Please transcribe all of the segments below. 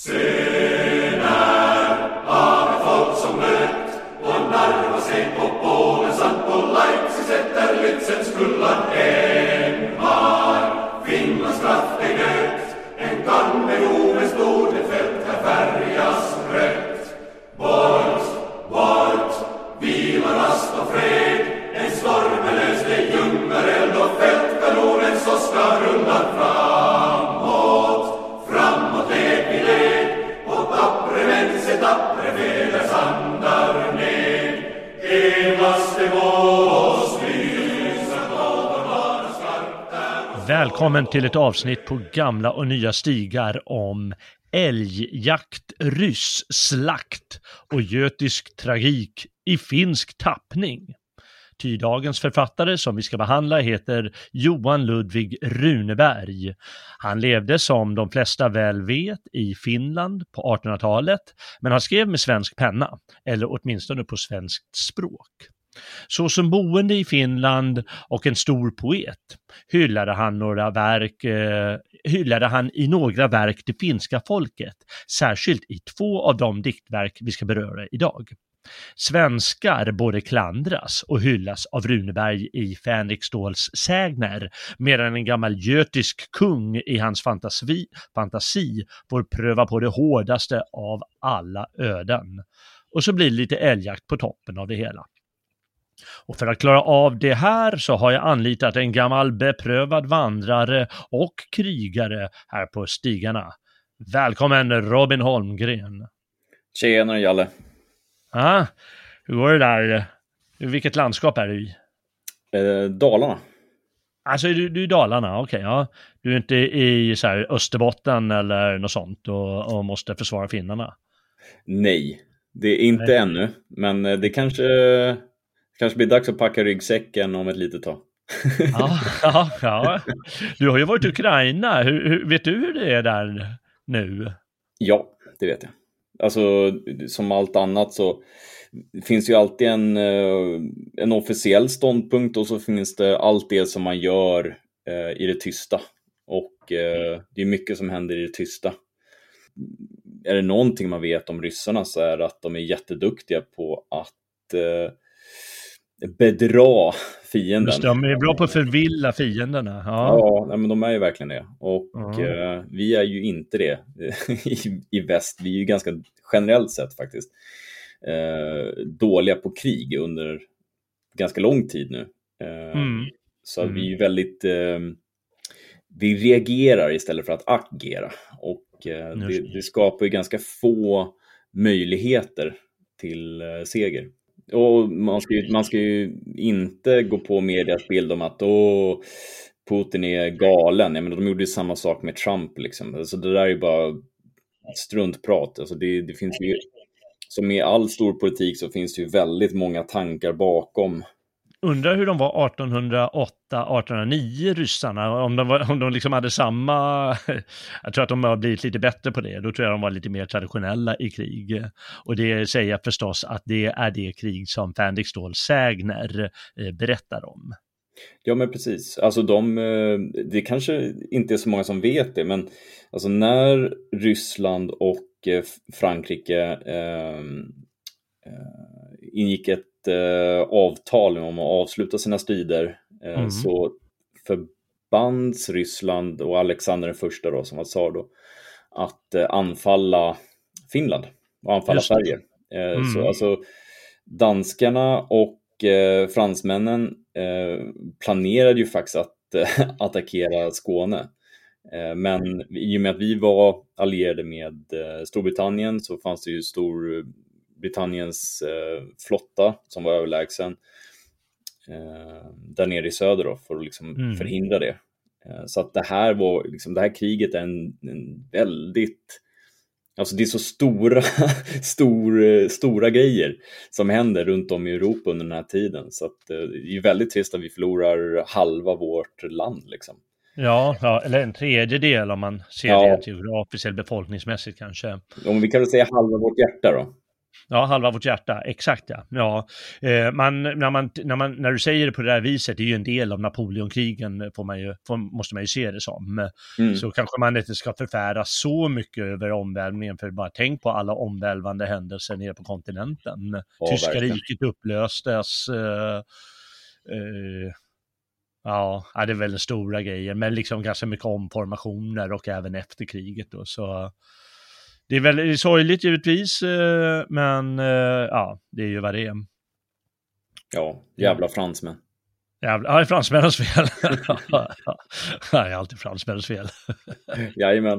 Se när av ett folk som mött och narva sig på bålen samt på Leipzig sätter Lützens kullar en har Finlands kraft är nöt, en kan med Romens blod ett fält här färgas rött. Bort, vila, rast och fred, en stormelös det ljungareld och fältkanonen så ska rulla framåt led vi led, och tappre män se tappre fäders andar ned. Enaste mås lysa någon vara skarpt. Välkommen till ett avsnitt på gamla och nya stigar om älgjakt, ryss-slakt och götisk tragik i finsk tappning. Ty dagens författare som vi ska behandla heter Johan Ludvig Runeberg. Han levde som de flesta väl vet i Finland på 1800-talet, men han skrev med svensk penna, eller åtminstone på svenskt språk. Så som boende i Finland och en stor poet hyllade han i några verk det finska folket, särskilt i 2 av de diktverk vi ska beröra idag. Svenskar både klandras och hyllas av Runeberg i Fänrik Ståls sägner, medan en gammal götisk kung i hans fantasi får pröva på det hårdaste av alla öden. Och så blir det lite älgjakt på toppen av det hela. Och för att klara av det här så har jag anlitat en gammal beprövad vandrare och krigare här på stigarna. Välkommen Robin Holmgren. Tjena Jalle. Hur går det där? Vilket landskap är du i? Dalarna. Alltså du är i Dalarna, okej. Ja. Du är inte i så här, Österbotten eller något sånt och måste försvara finnarna? Nej, det är inte ännu. Men det kanske blir dags att packa ryggsäcken om ett litet tag. Ja. Du har ju varit i Ukraina. Vet du hur det är där nu? Ja, det vet jag. Alltså, som allt annat så finns ju alltid en officiell ståndpunkt, och så finns det allt det som man gör i det tysta. Och det är mycket som händer i det tysta. Är det någonting man vet om ryssarna så är det att de är jätteduktiga på att bedra fienden. Just det, de är bra på att förvilla fienderna. Ja, men de är ju verkligen det. Och vi är ju inte det i väst. Vi är ju ganska generellt sett faktiskt dåliga på krig under ganska lång tid nu. Så att vi är väldigt vi reagerar istället för att agera. Och det skapar ju ganska få möjligheter till seger. Och man ska ju inte gå på medias bild om att Putin är galen. Jag menar, de gjorde ju samma sak med Trump liksom. Alltså det där är ju bara struntprat. Alltså det finns ju, som i all stor politik så finns det ju väldigt många tankar bakom. Undrar hur de var 1808-1809 ryssarna, om de liksom hade samma. Jag tror att de har blivit lite bättre på det. Då tror jag de var lite mer traditionella i krig. Och det säger jag förstås att det är det krig som Fänrik Ståls sägner berättar om. Ja, men precis. Alltså det kanske inte är så många som vet det, men alltså när Ryssland och Frankrike ingick ett avtal om att avsluta sina strider, så förbands Ryssland och Alexander den första då, som var tsar då, att anfalla Finland och anfalla Sverige. Så alltså danskarna och fransmännen planerade ju faktiskt att attackera Skåne. Men i och med att vi var allierade med Storbritannien så fanns det ju Storbritanniens flotta som var överlägsen där nere i söder då, för att liksom förhindra det. Så att det här kriget är en väldigt, alltså det är så stora grejer som händer runt om i Europa under den här tiden, så att det är väldigt trist att vi förlorar halva vårt land liksom. Ja, eller en tredjedel om man ser det geografiskt eller befolkningsmässigt kanske. Om vi kan väl säga halva vårt hjärta då. Ja, halva vårt hjärta, exakt ja. Ja, när du säger det på det här viset, det är ju en del av Napoleonkrigen, måste man ju se det som. Så kanske man inte ska förfäras så mycket över omvälvningen, för bara tänk på alla omvälvande händelser nere på kontinenten. Ja, Tyska verkligen. riket upplöstes. Ja, det är väldigt stora grejer, men liksom ganska mycket omformationer och även efter kriget då, så det är väldigt sorgligt givetvis, men ja, det är ju vad det är. Ja, jävla fransmän. Ja, det är fransmännens fel. Det är alltid fransmännens fel. Jajamän.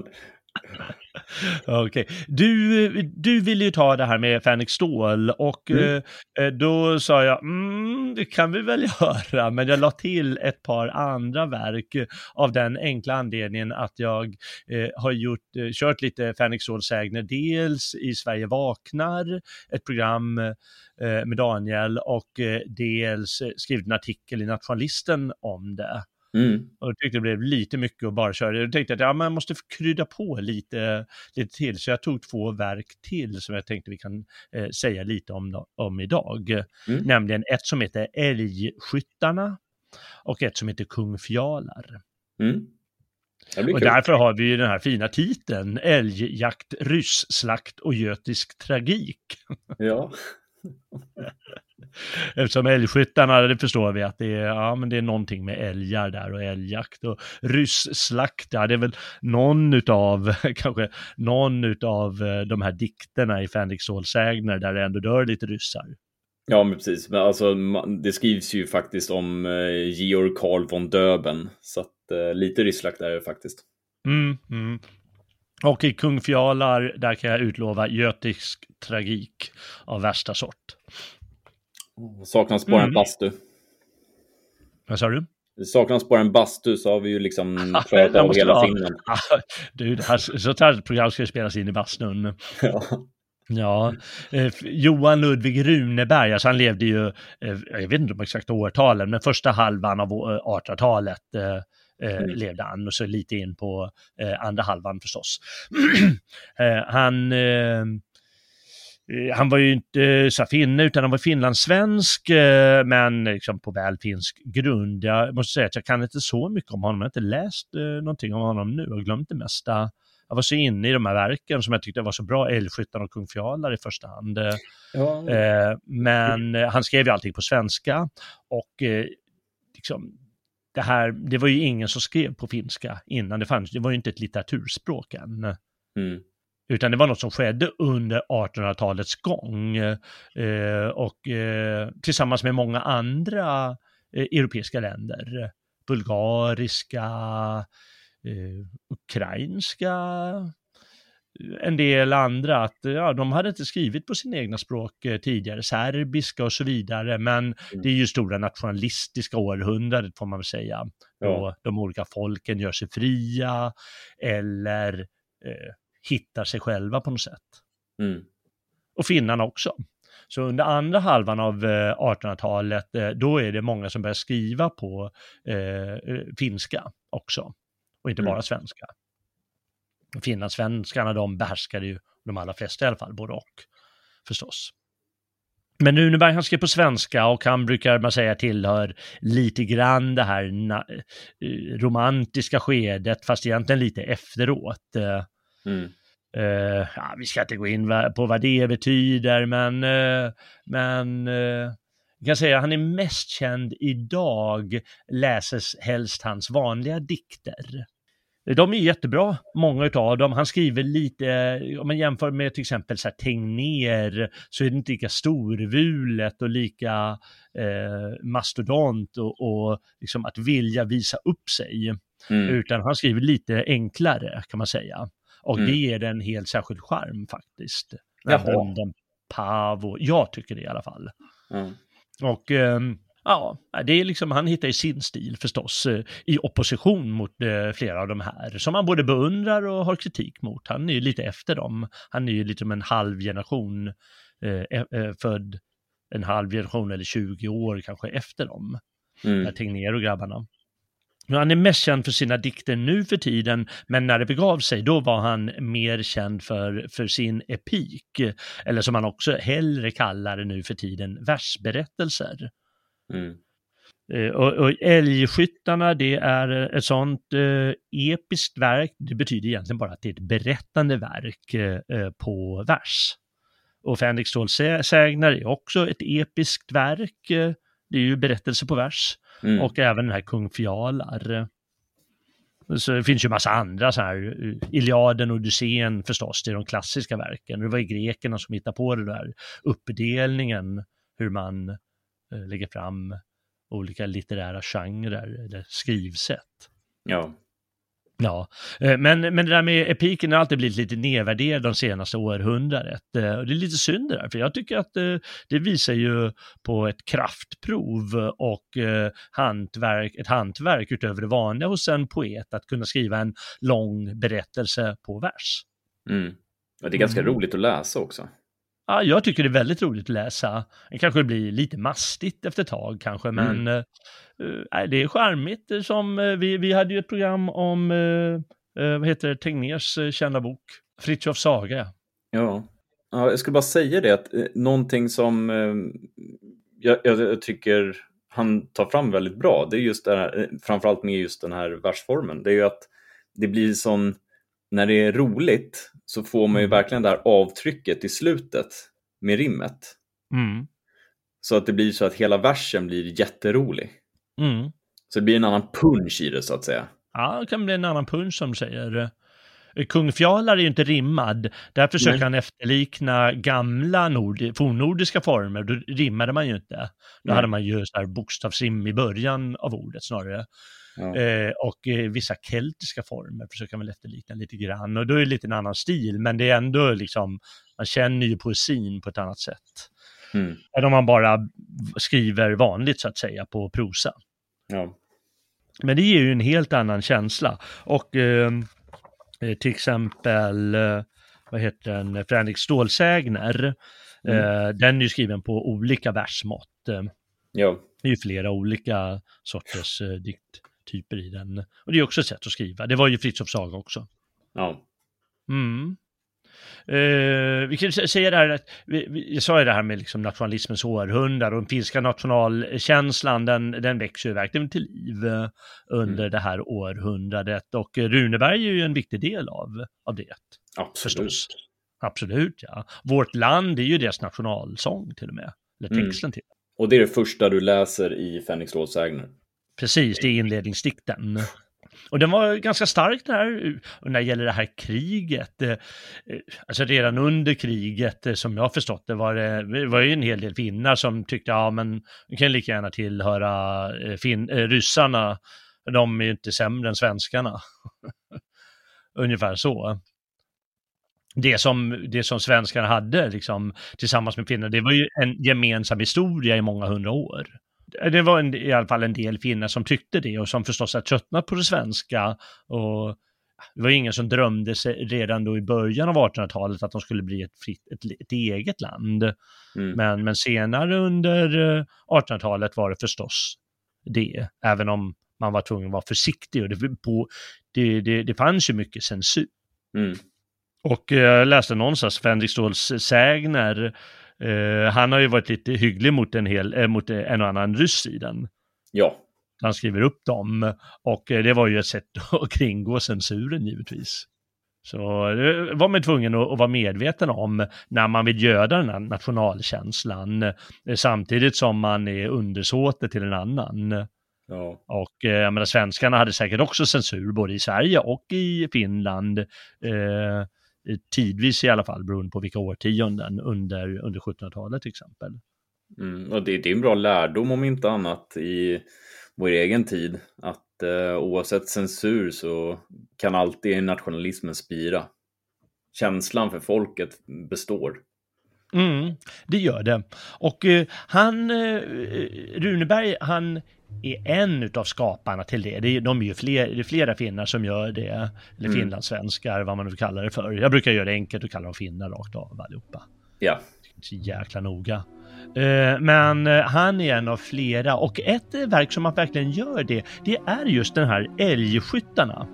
Okej. Du ville ju ta det här med Fänrik Stål och då sa jag, det kan vi väl göra, men jag la till ett par andra verk av den enkla anledningen att jag har kört lite Fänrik Stål-sägner, dels i Sverige vaknar, ett program med Daniel, och dels skrivit en artikel i Nationalisten om det. Och jag tyckte det blev lite mycket att bara köra. Jag tänkte att man måste krydda på lite till, så jag tog 2 verk till som jag tänkte vi kan säga lite om idag. Nämligen ett som heter Älgskyttarna och ett som heter Kung Fjalar. Och därför har vi ju den här fina titeln: Älgjakt, rysslakt och götisk tragik. Ja. Eftersom Älgskyttarna, det förstår vi att det är, men det är någonting med älgar där och älgjakt, och rysslakt, det är väl någon utav de här dikterna i Fänrik Stål-sägner där det ändå dör lite ryssar. Ja, men precis. Men alltså, det skrivs ju faktiskt om Georg Karl von Döben, så att lite rysslakt är det faktiskt. Och i Kung Fjalar, där kan jag utlova götisk tragik av värsta sort. Saknas bara en bastu. Vad sa du? Saknas bara en bastu, så har vi ju liksom klarat av hela Finland. Du, det här, så här program ska spelas in i bastun. Ja, Johan Ludvig Runeberg, alltså han levde ju, jag vet inte de exakta årtalen, men första halvan av 1800-talet levde han, och så lite in på andra halvan förstås. Han var ju inte så finne, utan han var finlandssvensk, men liksom på väl finsk grund. Jag måste säga att jag kan inte så mycket om honom. Jag har inte läst någonting om honom nu och glömt det mesta. Jag var så inne i de här verken som jag tyckte var så bra, Älgskyttarna och Kung Fjalar i första hand. Ja. Men han skrev ju allting på svenska, och liksom det var ju ingen som skrev på finska innan det fanns. Det var ju inte ett litteraturspråk än. Utan det var något som skedde under 1800-talets gång, och tillsammans med många andra europeiska länder, bulgariska, ukrainska, en del andra, att de hade inte skrivit på sina egna språk tidigare, serbiska och så vidare, men det är ju stora nationalistiska århundradet får man väl säga, då de olika folken gör sig fria eller hittar sig själva på något sätt. Och finnarna också. Så under andra halvan av 1800-talet, då är det många som börjar skriva på finska också, och inte bara svenska. Finlandssvenskarna, de behärskade ju de allra flesta i alla fall, både och förstås. Men Runeberg, han skrev på svenska, och han brukar man säga tillhör lite grann det här romantiska skedet, fast egentligen lite efteråt. Vi ska inte gå in på vad det betyder, men jag kan säga att han är mest känd idag, läses helst hans vanliga dikter. De är jättebra, många av dem. Han skriver lite, om man jämför med till exempel så här Tegnér, så är det inte lika storvulet och lika mastodont och liksom att vilja visa upp sig. Utan han skriver lite enklare, kan man säga. Och det ger en helt särskild charm faktiskt. Bonden Paavo, jag tycker det i alla fall. Och det är liksom, han hittar i sin stil förstås, i opposition mot flera av de här som han både beundrar och har kritik mot. Han är ju lite efter dem. Han är ju lite som en halv generation, född en halv generation eller 20 år kanske efter dem. Tegnér och grabbarna. Han är mest känd för sina dikter nu för tiden, men när det begav sig då var han mer känd för sin epik, eller som han också hellre kallar det nu för tiden, versberättelser. Och Älgskyttarna, det är ett sånt episkt verk. Det betyder egentligen bara att det är ett berättande verk på vers. Och Fänrik Ståls sägner är också ett episkt verk. Det är ju berättelse på vers. Och även den här Kung Fjalar. Så det finns ju massa andra så här, Iliaden och Odysseen förstås, det är de klassiska verken. Det var ju grekerna som hittade på det där uppdelningen, hur man lägger fram olika litterära genrer eller skrivsätt. Ja, men det där med epiken har alltid blivit lite nedvärderad de senaste århundradet. Och det är lite synd det där, för jag tycker att det visar ju på ett kraftprov och ett hantverk utöver det vanliga hos en poet att kunna skriva en lång berättelse på vers. Och det är ganska roligt att läsa också. Ja, jag tycker det är väldigt roligt att läsa. Det kanske blir lite mastigt efter ett tag kanske, men det är charmigt. Som vi hade ju ett program om vad heter det, Tegnérs kända bok Fritjofs saga. Ja, jag skulle bara säga det att någonting som jag tycker han tar fram väldigt bra, det är just det här, framförallt med just den här versformen, det är ju att det blir sån, när det är roligt så får man ju verkligen det här avtrycket i slutet med rimmet. Så att det blir så att hela versen blir jätterolig. Så det blir en annan punch i det, så att säga. Ja, det kan bli en annan punch som du säger. Kung Fjalar är ju inte rimmad. Där försöker han efterlikna gamla fornnordiska former. Då rimmade man ju inte. Då hade man ju så här bokstavsrim i början av ordet snarare. Och vissa keltiska former försöker man efterlikna lite grann. Och då är det lite en annan stil. Men det är ändå liksom, man känner ju poesin på ett annat sätt. Än om man bara skriver vanligt så att säga på prosa. Men det ger ju en helt annan känsla. Och till exempel vad heter den, Fänrik Ståls sägner, den är ju skriven på olika versmått. Det är ju flera olika sorters dikttyper i den. Och det är också ett sätt att skriva. Det var ju Fritjofs saga också. Vi kan säga det här att jag sa ju det här med liksom nationalismens århundrade, och den finska nationalkänslan den växer ju verkligen till liv under det här århundradet, och Runeberg är ju en viktig del av det. Förstås. Absolut, ja. Vårt land är ju deras nationalsång till och med, eller texten till. Och det är det första du läser i Fänrik Ståls sägner. Precis, det är inledningsdikten. Och den var ganska stark där, och när det gäller det här kriget, alltså redan under kriget som jag har förstått det var ju en hel del finnar som tyckte, ja men vi kan lika gärna tillhöra ryssarna, de är ju inte sämre än svenskarna. Ungefär så. Det som svenskarna hade liksom, tillsammans med finnar, det var ju en gemensam historia i många hundra år. Det var i alla fall en del finnar som tyckte det, och som förstås har tröttnat på det svenska, och det var ingen som drömde sig redan då i början av 1800-talet att de skulle bli ett eget land. Men senare under 1800-talet var det förstås det, även om man var tvungen att vara försiktig, och det fanns ju mycket censur. Och jag läste någonstans Fänrik Ståls sägner. Han har ju varit lite hygglig mot en och annan ryss i den. Han skriver upp dem, och det var ju ett sätt att kringgå censuren givetvis. Så det var man tvungen att vara medveten om när man vill göda den här nationalkänslan, samtidigt som man är undersåte till en annan. Och jag menar, svenskarna hade säkert också censur både i Sverige och i Finland, tidvis i alla fall, beroende på vilka årtionden under 1700-talet till exempel. Och det är en bra lärdom om inte annat i vår egen tid, att oavsett censur så kan alltid nationalismen spira. Känslan för folket består. Det gör det. Och Runeberg, han är en utav skaparna till det. Det är flera finnar som gör det, eller finlandssvenskar, vad man nu kallar det för. Jag brukar göra det enkelt och kalla dem finnar rakt av allihopa. Ja. Så jäkla noga. Men han är en av flera, och ett verk som man verkligen gör det är just den här Älgskyttarna.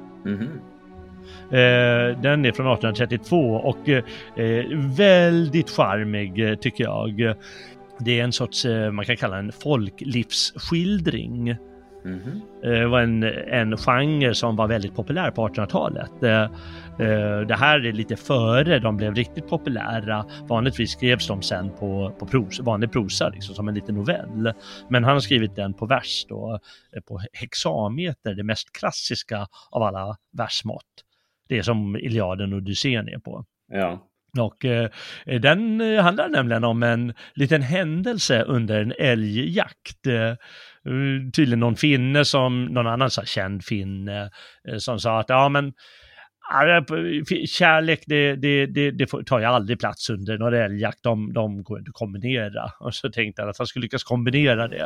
Den är från 1832 och väldigt charmig tycker jag. Det är en sorts, man kan kalla en folklivsskildring. Det var en genre som var väldigt populär på 1800-talet. Det här är lite före de blev riktigt populära. Vanligtvis skrevs de sen på vanlig prosa, liksom, som en liten novell. Men han har skrivit den på vers då, på hexameter, det mest klassiska av alla versmått. Det är som Iliaden och Odysseen är på. Ja. Och den handlar nämligen om en liten händelse under en älgjakt. Tydligen någon finne, som någon annan så känd finne, som sa att kärlek det tar ju aldrig plats under någon älgjakt, de går inte att kombinera. Och så tänkte han att han skulle lyckas kombinera det.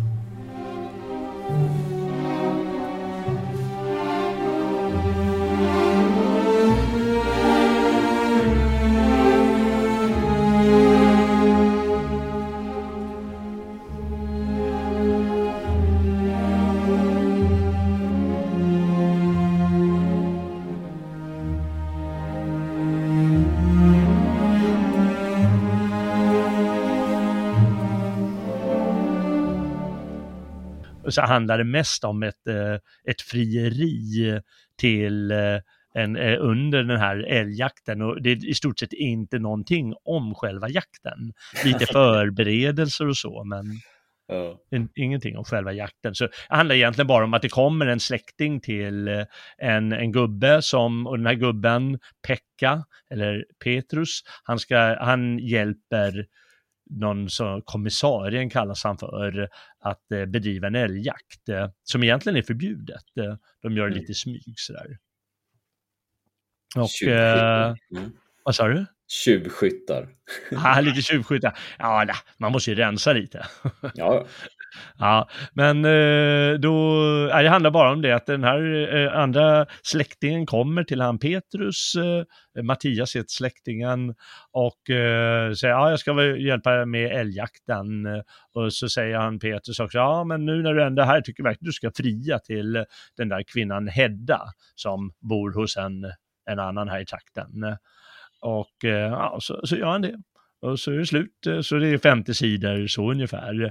Så handlar det mest om ett frieri till under den här älgjakten, och det är i stort sett inte någonting om själva jakten. Lite förberedelser och så, men ingenting om själva jakten. Så det handlar egentligen bara om att det kommer en släkting till en gubbe och den här gubben, Pekka eller Petrus, han hjälper någon som kommissarien kallas han för, att bedriva en älgjakt som egentligen är förbjudet. De gör det lite smyg sådär. Och vad sa du? Tjuvskyttar. Lite tjuvskyttar. Ja, man måste ju rensa lite. Ja. Ja, men det handlar bara om det att den här andra släktingen kommer till han Petrus, Mattias heter släktingen, och säger jag ska väl hjälpa med älgjakten, och så säger han Petrus också, men nu när du ändå är här tycker jag verkligen du ska fria till den där kvinnan Hedda som bor hos en annan här i trakten. Och så gör han det. Och så är det slut, så det är 50 sidor så ungefär.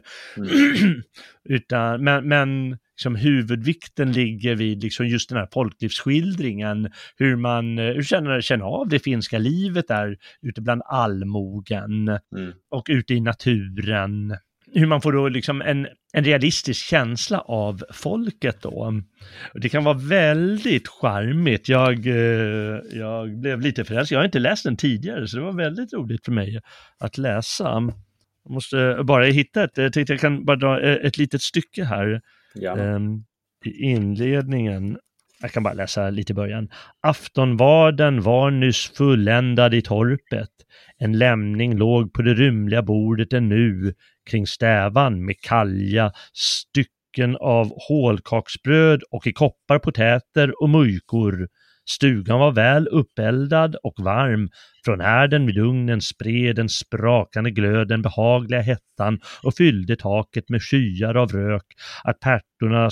Men liksom, huvudvikten ligger vid liksom just den här folklivsskildringen, hur man känner av det finska livet där ute bland allmogen och ute i naturen. Hur man får då liksom en realistisk känsla av folket då. Det kan vara väldigt charmigt. Jag blev lite förälskad. Jag har inte läst den tidigare, så det var väldigt roligt för mig att läsa. Jag måste bara hitta jag tänkte jag kan bara dra ett litet stycke här. Ja. I inledningen. Jag kan bara läsa lite i början. Aftonvarden var nyss fulländad i torpet. En lämning låg på det rymliga bordet ännu, kring stävan med kalja, stycken av hålkaksbröd och i koppar potäter och mujkor. Stugan var väl uppeldad och varm. Från härden vid ugnen spred den sprakande glöden behagliga hettan och fyllde taket med skyar av rök, att pärtorna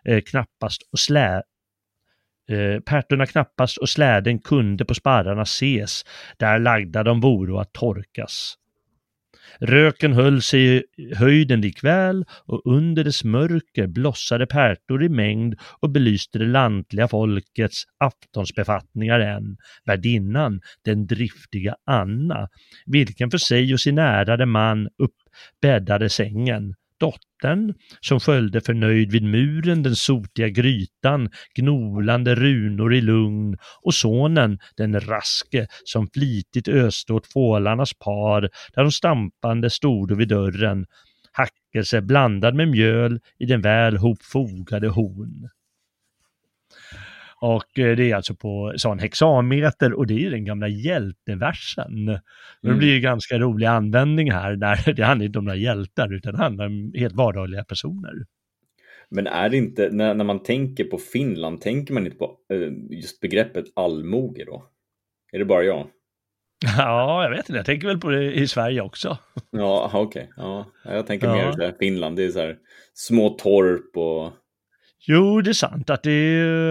knappast och släden kunde på sparrarna ses, där lagda de voro att torkas. Röken höll sig i höjden likväl, och under dess mörker blossade pärtor i mängd och belyste det lantliga folkets aftonsbefattningar än. Värdinnan, den driftiga Anna, vilken för sig och sin ärade man uppbäddade sängen. Dottern, som sköljde förnöjd vid muren den sotiga grytan, gnolande runor i lugn, och sonen, den raske, som flitigt öste åt fålarnas par, där de stampande stod vid dörren, hackelse blandad med mjöl i den väl hopfogade horn. Och det är alltså på sån hexameter, och det är den gamla hjälteversen. Men det blir ju ganska rolig användning här, när det handlar inte om några hjältar utan det handlar om helt vardagliga personer. Men är det inte, när man tänker på Finland, tänker man inte på just begreppet allmoge då? Är det bara jag? Ja, jag vet inte. Jag tänker väl på det i Sverige också. Ja, okej. Ja, jag tänker mer så här, Finland, det är så här små torp och... Jo, det är sant att det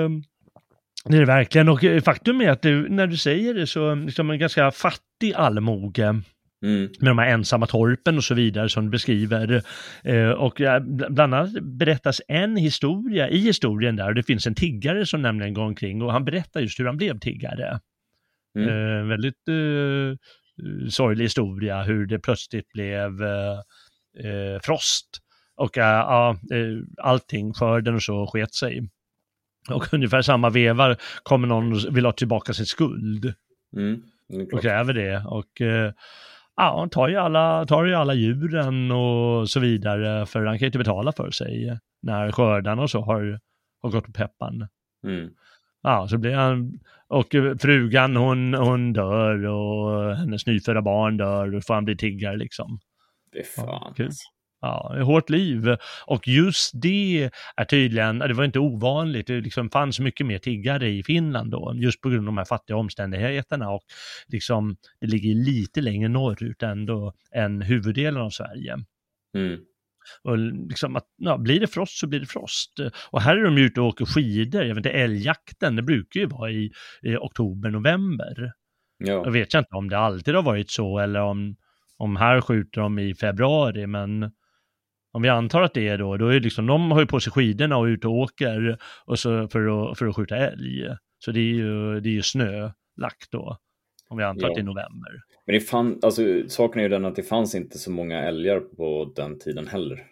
är verkligen. Och faktum är att när du säger det så liksom en ganska fattig allmoge med de här ensamma torpen och så vidare som du beskriver. Och bland annat berättas en historia i historien där. Det finns en tiggare som nämligen går omkring och han berättar just hur han blev tiggare. Väldigt sorglig historia hur det plötsligt blev frost och allting för den och så sket sig. Och ungefär samma vevar kommer någon och vill ha tillbaka sin skuld och kräver det. Och han tar ju alla djuren och så vidare, för han kan ju inte betala för sig när skördarna och så har gått på peppan. Ja, så blir han, och frugan hon dör och hennes nyfödda barn dör och får han bli tiggare liksom. Det är fan. Ja, ja, ett hårt liv. Och just det är tydligen, det var inte ovanligt, det liksom fanns mycket mer tiggare i Finland då, just på grund av de här fattiga omständigheterna, och liksom det ligger lite längre norrut ändå än huvuddelen av Sverige. Och liksom att, blir det frost så blir det frost. Och här är de ute och åker skidor. Jag vet inte, älgjakten, det brukar ju vara i oktober, november. Ja. Jag vet inte om det alltid har varit så, eller om här skjuter de i februari, men om vi antar att det är då är det liksom, de har ju på sig skidorna och ut och åker och så för att skjuta älg. Så det är ju snölagt då, om vi antar att det är november. Men saken är ju den att det fanns inte så många älgar på den tiden heller.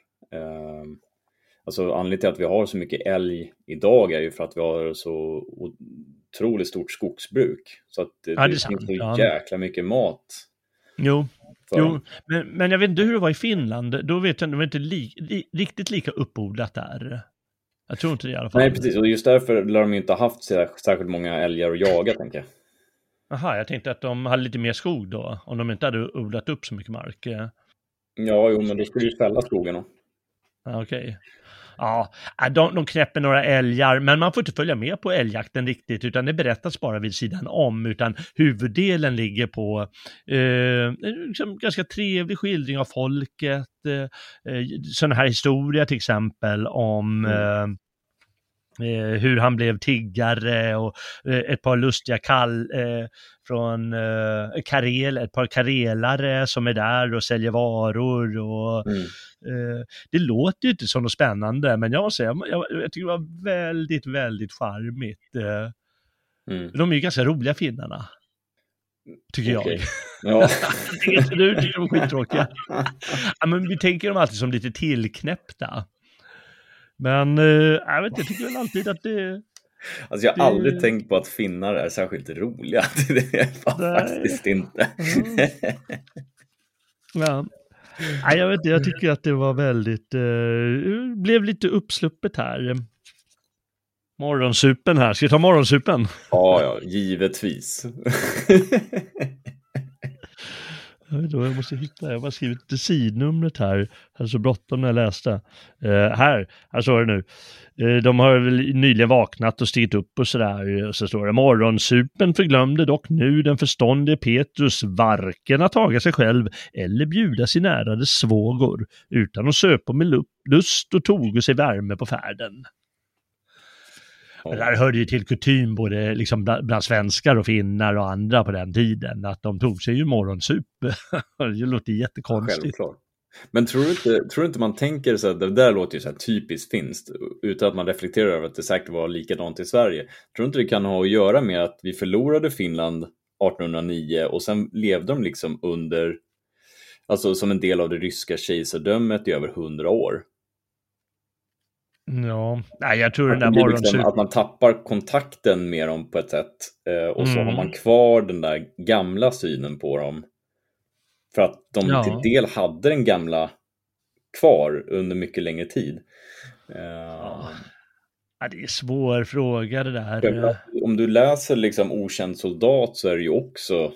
Anledningen till att vi har så mycket älg idag är ju för att vi har så otroligt stort skogsbruk. Så att det finns så jäkla mycket mat. Jo, men jag vet inte hur det var i Finland. Då vet jag, det var inte riktigt lika uppodlat där. Jag tror inte det i alla fall. Nej, precis. Och just därför lär de inte ha haft särskilt många älgar att jaga, tänker jag. Aha, jag tänkte att de hade lite mer skog då, om de inte hade odlat upp så mycket mark. Ja, men då skulle ju fälla skogen då. Okej. Ja, de knäpper några älgar, men man får inte följa med på älgjakten riktigt, utan det berättas bara vid sidan om, utan huvuddelen ligger på liksom ganska trevlig skildring av folket, sån här historia till exempel om hur han blev tiggare och ett par lustiga från Karel, ett par karelare som är där och säljer varor och det låter ju inte som något spännande, men jag tycker det var väldigt, väldigt charmigt. De är ju ganska roliga, finnarna, tycker jag. Ja. Du tycker de är skittråkiga. Ja, men vi tänker dem alltid som lite tillknäppta. Men jag tycker väl alltid att det... Alltså jag har aldrig tänkt på att finnar är särskilt roliga. Det är faktiskt inte. Ja. Nej, jag vet inte, jag tycker att det var väldigt... blev lite uppsluppet här. Morgonsupen här. Ska vi ta morgonsupen? Ja, givetvis. Jag måste hitta, jag har skrivit sidnumret här. Här är så bråttom när jag läste. Här står det nu. De har väl nyligen vaknat och stigit upp och sådär. Och så står det: morgonsupen förglömde dock nu den förståndige Petrus varken att taga sig själv eller bjuda sin ärade svågor, utan att söpa med lust och tog sig värme på färden. Det där hörde ju till kutym både liksom bland svenskar och finnar och andra på den tiden, att de tog sig ju morgonsup. Det låter jättekonstigt. Självklart. Men tror du inte man tänker så att det där låter ju så här typiskt finskt, utan att man reflekterar över att det säkert var likadant i Sverige? Tror du inte det kan ha att göra med att vi förlorade Finland 1809 och sen levde de liksom under, alltså som en del av det ryska kejsardömet i över 100 år? Ja, nej, jag tror den där morgonsupen... Att man tappar kontakten med dem på ett sätt, och så har man kvar den där gamla synen på dem. För att de till del hade den gamla kvar under mycket längre tid. Ja, det är svår fråga det där. Om du läser liksom Okänd soldat, så är det ju också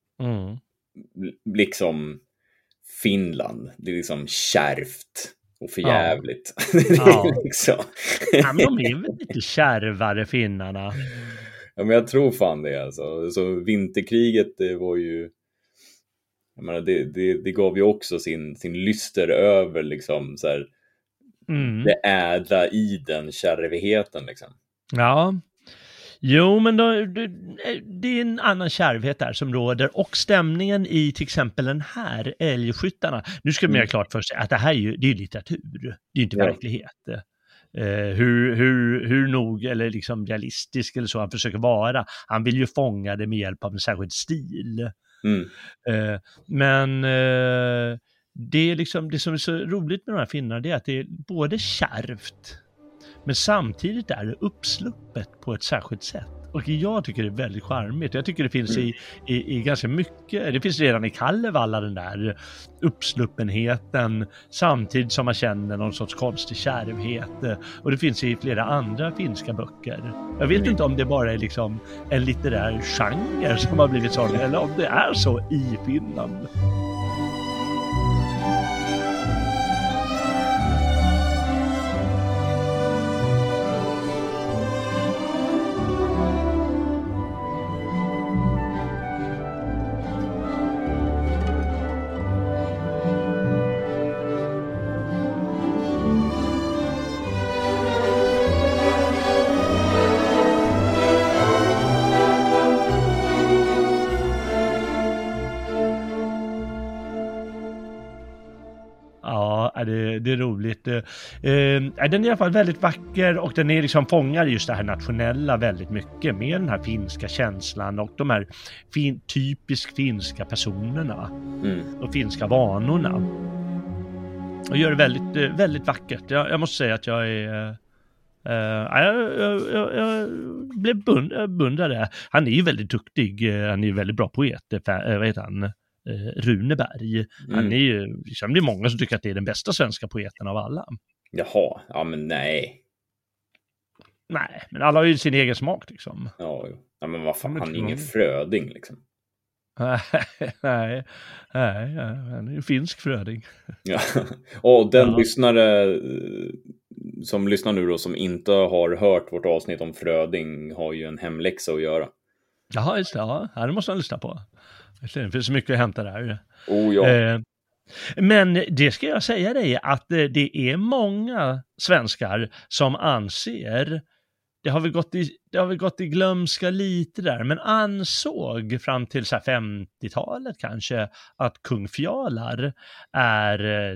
liksom Finland. Det är liksom kärvt och förjävligt. Ja. Liksom. Ja, men de är väl lite kärvare, finnarna. Ja, men jag tror fan det alltså. Så vinterkriget, det var ju, jag menar, det gav ju också sin lyster över liksom så här, det ädla i den kärvigheten liksom. Ja. Jo, men det är en annan kärvhet där som råder, och stämningen i till exempel den här älgskyttarna. Nu ska man göra klart för sig att det här det är litteratur, det är inte verklighet. Hur nog eller liksom realistisk eller så han försöker vara. Han vill ju fånga det med hjälp av en särskild stil. Men det är liksom det som är så roligt med de här filmerna, det är att det är både kärvt men samtidigt är det uppsluppet på ett särskilt sätt. Och jag tycker det är väldigt charmigt. Jag tycker det finns i ganska mycket. Det finns redan i Kalevala den där uppsluppenheten samtidigt som man känner någon sorts konstig kärvhet. Och det finns i flera andra finska böcker. Jag vet inte om det bara är liksom en litterär genre som har blivit så, eller om det är så i Finland. Det är roligt. Den är i alla fall väldigt vacker, och den är liksom fångar just det här nationella väldigt mycket med den här finska känslan och de här typiskt finska personerna och finska vanorna. Och gör det väldigt, väldigt vackert. Jag måste säga att jag är... jag blev beundrade. Han är ju väldigt duktig. Han är ju väldigt bra poet. Vad heter han? Runeberg. Han är ju, liksom, det är många som tycker att det är den bästa svenska poeten av alla. Jaha, ja men nej. Nej, men alla har ju sin egen smak liksom. Ja, men vad fan, han är ingen Fröding liksom. nej, han är ju finsk Fröding. Ja, och den lyssnare som lyssnar nu då, som inte har hört vårt avsnitt om Fröding, har ju en hemläxa att göra. Jaha, just det. Ja, det måste han lyssna på. Det finns så mycket att hämta där. Oh ja. Men det ska jag säga dig att det är många svenskar som anser, det har vi gått i glömska lite där, men ansåg fram till så här 50-talet kanske att Kung Fjalar är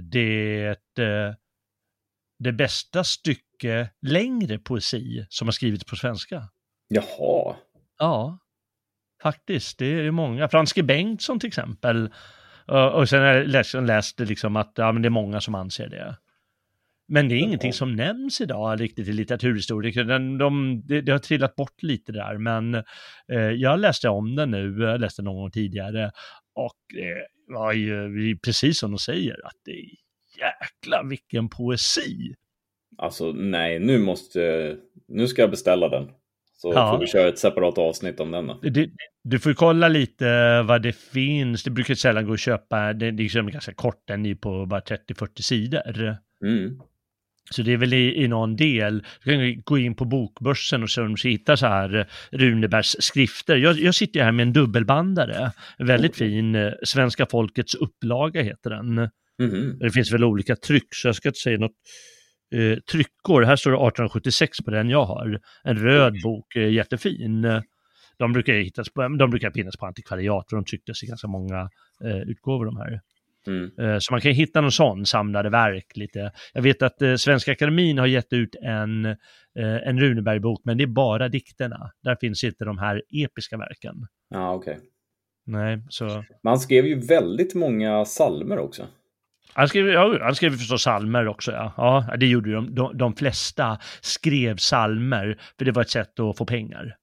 det bästa stycke längre poesi som har skrivits på svenska. Jaha. Ja. Faktiskt, det är många. Franske Bengtsson till exempel. Och sen har jag läst liksom att men det är många som anser det. Men det är ingenting som nämns idag riktigt i litteraturhistoriker. Det har trillat bort lite där. Men jag läste om den nu. Jag läste någon gång tidigare. Och det var ju precis som de säger, att det är jäkla vilken poesi. Alltså nej, nu ska jag beställa den. Så får vi köra ett separat avsnitt om den då. Du får kolla lite vad det finns. Det brukar sällan gå att köpa. Det är liksom ganska kort. Den är på bara 30-40 sidor. Så det är väl i någon del. Du kan gå in på Bokbörsen och se om du hittar så här Runebergs skrifter. Jag sitter här med en dubbelbandare. Väldigt fin. Svenska folkets upplaga heter den. Det finns väl olika tryck, så jag ska inte säga något. Tryckor, här står det 1876 på den jag har. En röd bok, jättefin. De brukar finnas på antikvariat, och de trycktes i ganska många utgåvor de här. Så man kan hitta någon sån samlade verk lite. Jag vet att Svenska Akademin har gett ut en Runeberg-bok, men det är bara dikterna. Där finns inte de här episka verken. Ja, okej. Nej, så... Man skrev ju väldigt många psalmer också. Han skrev förstås psalmer också, ja, det gjorde de flesta skrev psalmer, för det var ett sätt att få pengar.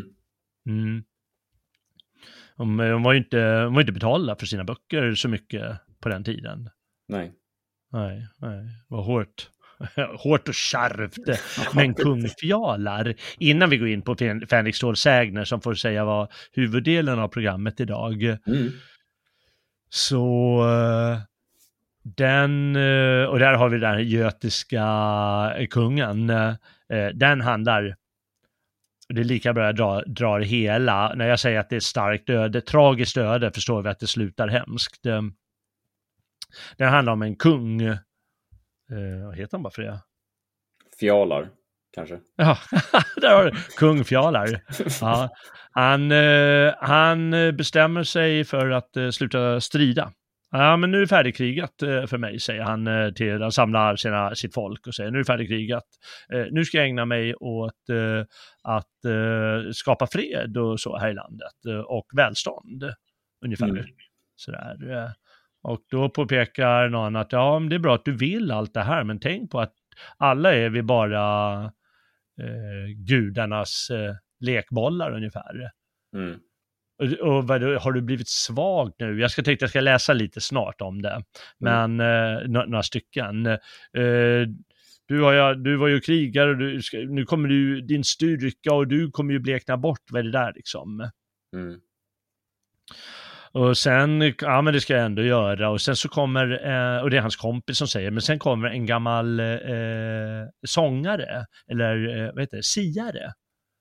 De var ju inte betalda för sina böcker så mycket på den tiden. Nej, det var hårt och kärvt. Men Kung Fjalar, innan vi går in på Fänrik Ståls sägner som får säga var huvuddelen av programmet idag, så... Den, och där har vi den götiska kungen, den handlar Det är lika bra att dra det hela. När jag säger att det är starkt öde, tragiskt öde, förstår vi att det slutar hemskt. Det handlar om en kung. Vad heter han bara för det? Fjalar, kanske. Ja, där har du. Kung Fjalar. Ja. Han bestämmer sig för att sluta strida. Ja, men nu är det färdigkrigat för mig, säger han till, han samlar sitt folk och säger nu är det färdigkrigat. Nu ska jag ägna mig åt att skapa fred och så här i landet och välstånd ungefär. Sådär. Och då påpekar någon att ja, det är bra att du vill allt det här, men tänk på att alla är vi bara gudarnas lekbollar ungefär. Och har du blivit svag nu? Jag ska läsa lite snart om det. Men några stycken. Du var ju krigare och nu kommer din styrka och du kommer ju blekna bort. Vad är det där liksom? Och sen, ja men det ska jag ändå göra. Och sen så kommer, och det är hans kompis som säger, men sen kommer en gammal sångare, eller vad heter det, siare.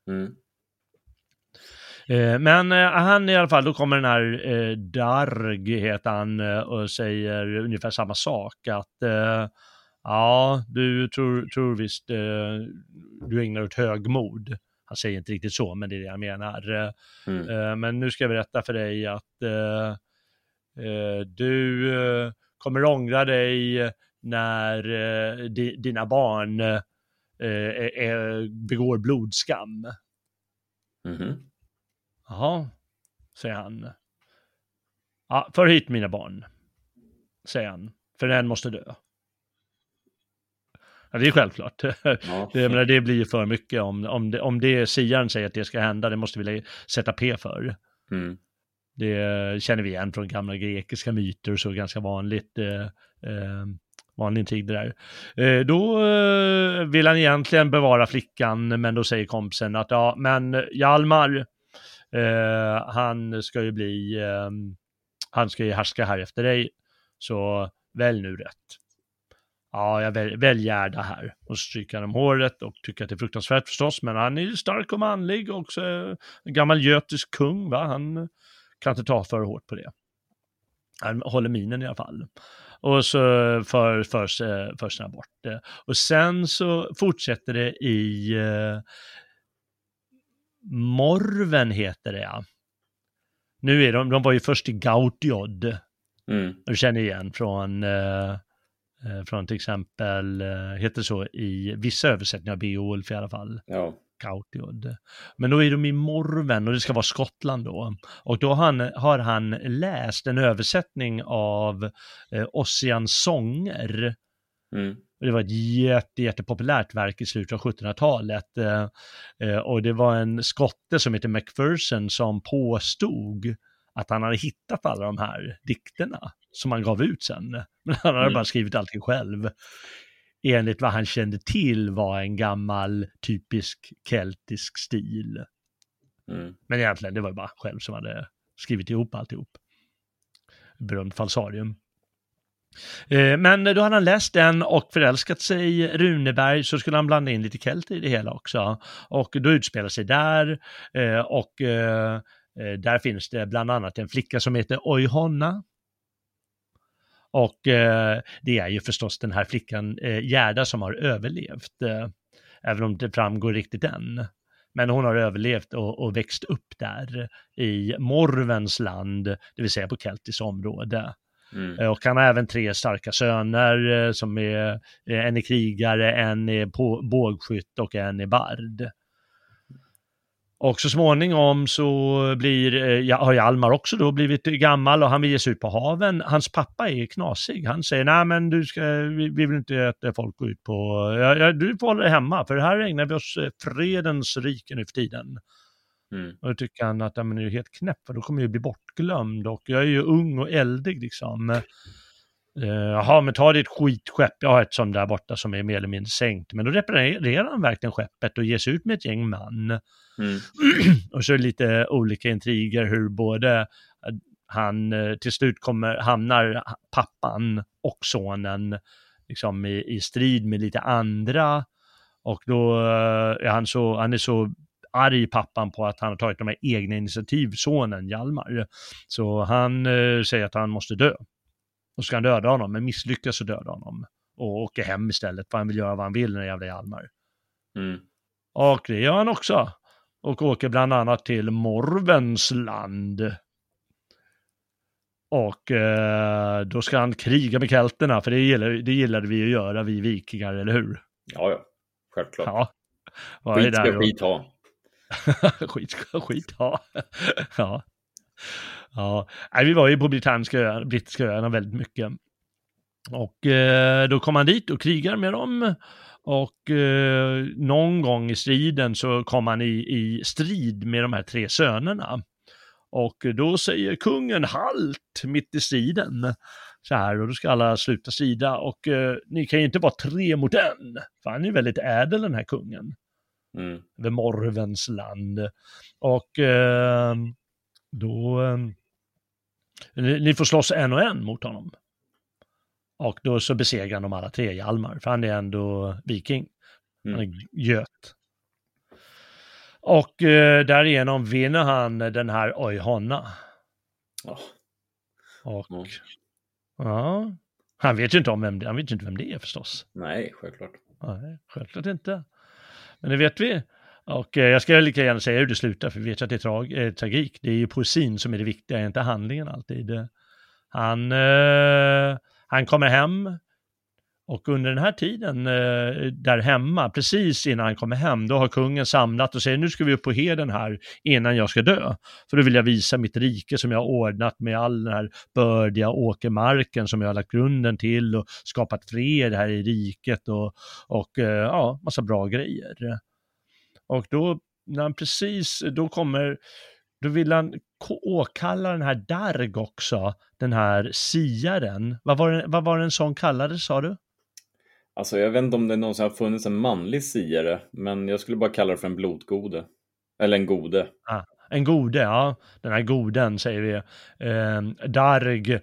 Men han i alla fall, då kommer den här Darg heter han och säger ungefär samma sak, att ja, du tror visst du ägnar åt högmod. Han säger inte riktigt så, men det är det jag menar. Men nu ska jag berätta för dig att du kommer ångra dig när dina barn begår blodskam. Jaha, säger han. Ja, för hit mina barn, säger han. För en måste dö. Ja, det är självklart. Ja. Det blir för mycket om det siaren säger att det ska hända, det måste vi sätta P för. Det känner vi igen från gamla grekiska myter och så, ganska vanligt vanlig tid det där. Då vill han egentligen bevara flickan, men då säger kompisen att ja, men Hjalmar, han ska ju härska här efter dig, så välj nu rätt. Ja, jag väljer det här. Och så stryker han om håret och tycker att det är fruktansvärt förstås, men han är ju stark och manlig och också en gammal götisk kung, va? Han kan inte ta för hårt på det. Han håller minen i alla fall. Och så för sina bort det. Och sen så fortsätter det i Morven heter det, ja. Nu är de var ju först i Gautiod. Du känner igen från till exempel, heter så i vissa översättningar av Beowulf i alla fall. Ja. Gautiod. Men då är de i Morven och det ska vara Skottland då. Och då har han läst en översättning av Ossians sånger. Det var ett jättepopulärt verk i slutet av 1700-talet. Och det var en skotte som heter Macpherson som påstod att han hade hittat alla de här dikterna som han gav ut sen. Men han hade bara skrivit allting själv. Enligt vad han kände till var en gammal typisk keltisk stil. Men egentligen det var bara själv som hade skrivit ihop alltihop. Berömt falsarium. Men då hade han läst den och förälskat sig i Runeberg, så skulle han blanda in lite kelter i det hela också. Och då utspelar sig där och där finns det bland annat en flicka som heter Oyhonna. Och det är ju förstås den här flickan Gerda som har överlevt, även om det framgår riktigt än. Men hon har överlevt och växt upp där i Morvens land, det vill säga på keltiskt område. Och han har även 3 starka söner som är en är krigare, en är bågskytt och en är bard. Och så småningom så har Hjalmar också då blivit gammal och han vill ge sig ut på haven. Hans pappa är knasig. Han säger, nej men vi vill inte att folk går ut på... du får hålla dig hemma, för här ägnar vi oss fredens rike nu för tiden. Och då tycker han att men är ju helt knäpp, för då kommer jag bli bortglömd och jag är ju ung och eldig liksom. Jaha, men ta ditt skitskepp. Jag har ett sånt där borta som är mer eller mindre sänkt. Men då reparerar han verkligen skeppet och ger sig ut med ett gäng man. Och så är det lite olika intriger hur både han till slut hamnar pappan och sonen liksom i strid med lite andra. Och då är han är så arg pappan på att han har tagit de här egna initiativ, sonen Hjalmar. Så han säger att han måste dö. Och ska han döda honom, men misslyckas och döda honom. Och åker hem istället, för han vill göra vad han vill när jävla Hjalmar. Och det gör han också. Och åker bland annat till Morvens land. Och då ska han kriga med kelterna, för det gillade vi att göra, vi vikingar, eller hur? Ja, självklart. Ja. Skit ska skit ha. Skit ska skit ha. Ja. Ja. Nej, vi var ju på brittiska öarna väldigt mycket. Och då kom han dit och krigar med dem. Och någon gång i striden så kom han i strid med de här 3 sönerna. Och då säger kungen halt mitt i striden. Så här, och då ska alla sluta strida. Och ni kan ju inte vara 3 mot 1. För han är väldigt ädel, den här kungen. Vid Morvens land. Och då... ni får slåss 1 och 1 mot honom. Och då så besegrar de alla 3 Hjalmar. För han är ändå viking. Han är göt. Och därigenom vinner han den här Ojhonna. Och ja, han vet ju inte vem det är förstås. Nej, självklart. Nej, självklart inte. Men det vet vi. Och jag ska lika gärna säga hur det slutar, för vi vet att det är tragik. Det är ju poesin som är det viktiga, inte handlingen alltid. Han kommer hem. Och under den här tiden där hemma, precis innan han kommer hem, då har kungen samlat och säger nu ska vi upp på heden här innan jag ska dö. För då vill jag visa mitt rike som jag har ordnat med all den här bördiga åkermarken som jag har lagt grunden till och skapat fred här i riket och massa bra grejer. Och då, när han då vill han åkalla den här Darg också, den här siaren. Vad var det en sån kallades, sa du? Alltså jag vet inte om det någonsin har funnits en manlig siare, men jag skulle bara kalla det för en blodgode. Eller en gode. En gode, ja. Den här goden säger vi. Darg.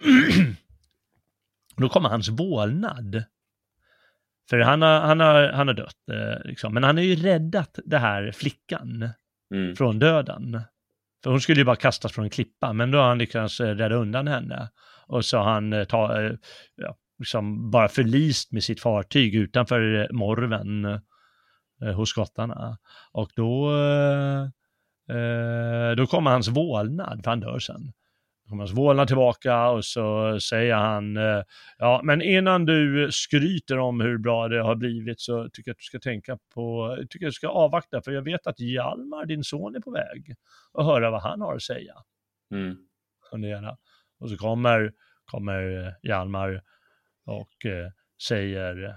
Då kommer hans vålnad. För han har dött. Liksom. Men han har ju räddat det här flickan från döden. För hon skulle ju bara kastas från en klippa, men då har han lyckats rädda undan henne. Och så har han liksom bara förlist med sitt fartyg utanför Morven hos skottarna. Och då kommer hans vålnad, för han dör sen. Då kommer hans vålnad tillbaka och så säger han men innan du skryter om hur bra det har blivit så tycker jag att du ska avvakta, för jag vet att Hjalmar, din son, är på väg och höra vad han har att säga. Och så kommer Hjalmar och säger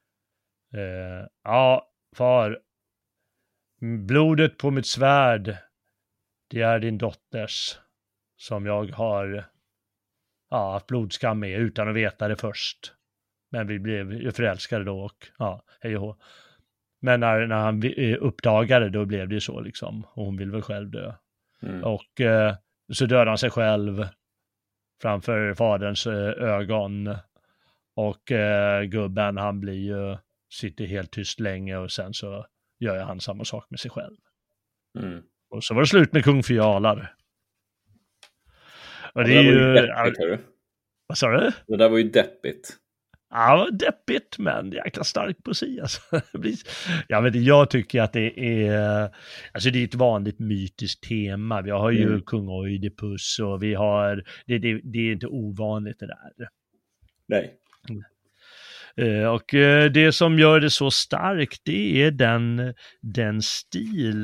far, blodet på mitt svärd, det är din dotters, som jag har haft blodskam med utan att veta det först. Men vi blev ju förälskade då och hej och hå. Men när han uppdagade, då blev det ju så liksom. Och hon vill väl själv dö. Och så dödade han sig själv framför faderns ögon. Och gubben, han sitter helt tyst länge och sen så gör han samma sak med sig själv. Och så var det slut med kung Fjalar. Och det är ju deppigt, vad sa du? Det där var ju deppigt. Ja, deppigt, men jäkla stark poesi alltså. Jag tycker att det är ett vanligt mytiskt tema. Vi har ju kung Oidipus och vi har det är inte ovanligt det där. Nej. Och det som gör det så starkt, det är den stil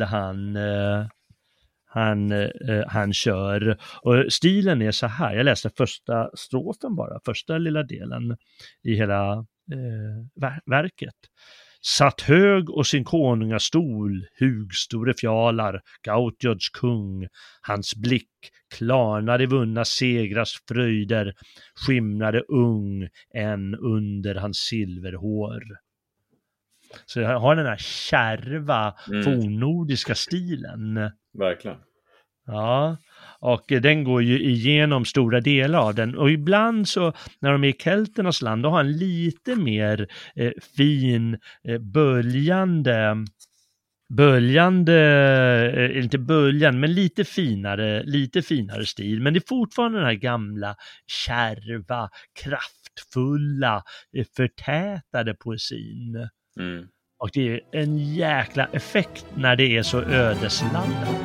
han kör. Och stilen är så här, jag läste första strofen bara, första lilla delen i hela verket. Satt hög och sin konungastol, hugstore Fjalar, Gautjods kung, hans blick klarnade i vunna segrars fröjder, skimrade ung än under hans silverhår. Så jag har den här kärva fornnordiska stilen. Verkligen. Ja, och den går ju igenom stora delar av den. Och ibland så, när de är i kelternas land, då har han lite mer fin, böljande böljande, inte böljan, men lite finare stil. Men det är fortfarande den här gamla, kärva, kraftfulla, förtätade poesin. Mm. Och det är en jäkla effekt när det är så ödesladdat.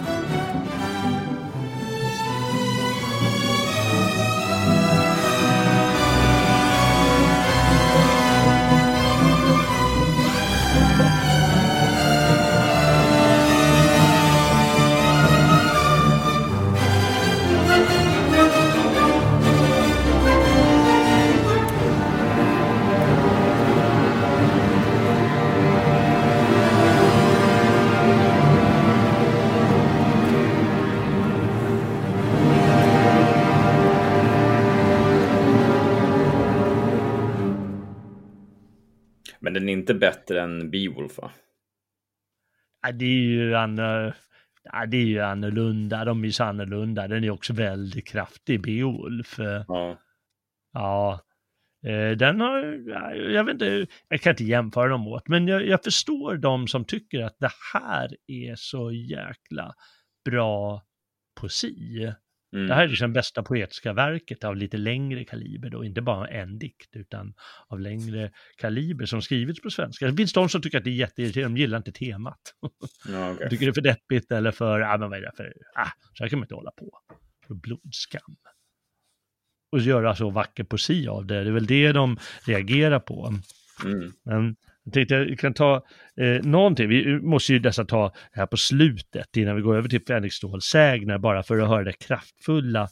Men den är inte bättre än Beowulf, va? Ja, det är ju annorlunda. De är ju så annorlunda. Den är också väldigt kraftig, Beowulf. Ja. Ja. Den har, jag vet inte, jag kan inte jämföra dem åt, men jag förstår de som tycker att det här är så jäkla bra poesi. Mm. Det här är liksom bästa poetiska verket av lite längre kaliber då, inte bara en dikt utan av längre kaliber som skrivits på svenska. Det finns de som tycker att det är jätteirriterande, de gillar inte temat. Ja, okay. Tycker det är för deppigt eller för, men vad är det för, så här kan man inte hålla på. För blodskam. Och göra så vacker poesi av det, det är väl det de reagerar på. Mm. Men jag tänkte jag kan ta någonting, vi måste ju dessa ta det här på slutet innan vi går över till Fänrik Ståls sägner, bara för att höra det kraftfulla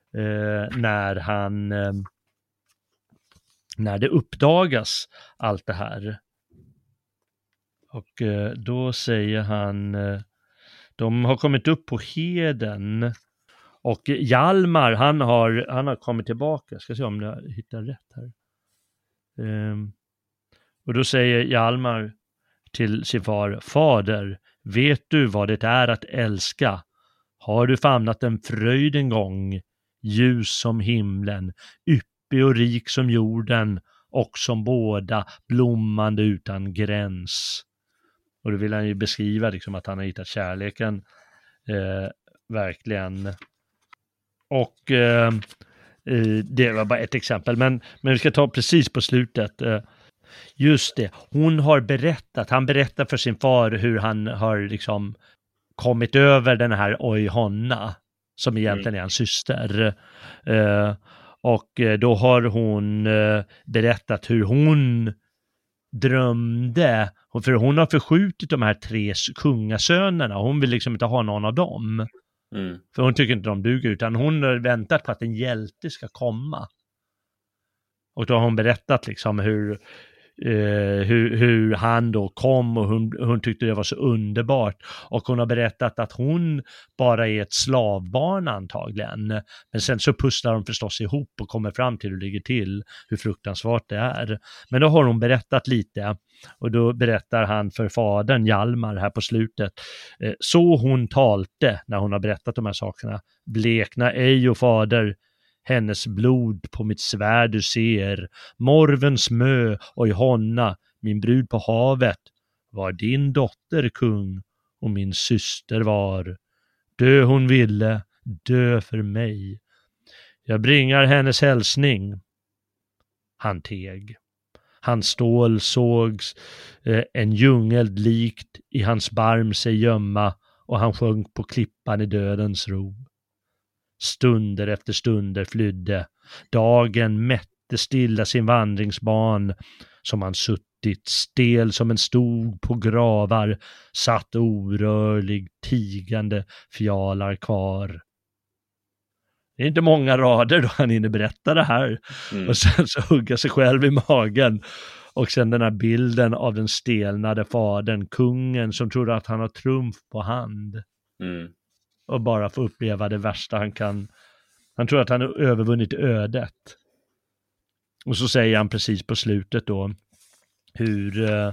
när det uppdagas allt det här. Och då säger han, de har kommit upp på heden och Hjalmar, han har kommit tillbaka. Ska se om jag hittar rätt här. Och då säger Hjalmar till sin far: Fader, vet du vad det är att älska? Har du famnat en fröjd en gång, ljus som himlen, yppig och rik som jorden, och som båda blommande utan gräns? Och då vill han ju beskriva liksom att han har hittat kärleken verkligen. Och det var bara ett exempel, men vi ska ta precis på slutet. Just det, han berättar för sin far hur han har liksom kommit över den här Ojhonna som egentligen är hans syster. Och då har hon berättat hur hon drömde, för hon har förskjutit de här 3 kungasönerna. Hon vill liksom inte ha någon av dem. Mm. För hon tycker inte de duger, utan hon har väntat på att en hjälte ska komma. Och då har hon berättat liksom hur han då kom, och hon tyckte det var så underbart. Och hon har berättat att hon bara är ett slavbarn antagligen. Men sen så pusslar de förstås ihop och kommer fram till hur det ligger till, hur fruktansvärt det är. Men då har hon berättat lite, och då berättar han för fadern Hjalmar här på slutet: så hon talte när hon har berättat de här sakerna. Blekna ej, och fader, hennes blod på mitt svärd du ser, morvens mö och Ojhonna, min brud på havet, var din dotter kung, och min syster var. Dö hon ville, dö för mig. Jag bringar hennes hälsning. Han teg. Hans stål sågs en djungeld likt i hans barm sig gömma, och han sjönk på klippan i dödens ro. Stunder efter stunder flydde. Dagen mätte stilla sin vandringsban, som han suttit stel som en stog på gravar, satt orörlig, tigande fjalar kvar. Det är inte många rader då han hinner berätta det här. Och sen så hugga sig själv i magen. Och sen den här bilden av den stelnade fadern, kungen som trodde att han har trumf på hand. Och bara få uppleva det värsta han kan. Han tror att han har övervunnit ödet. Och så säger han precis på slutet då hur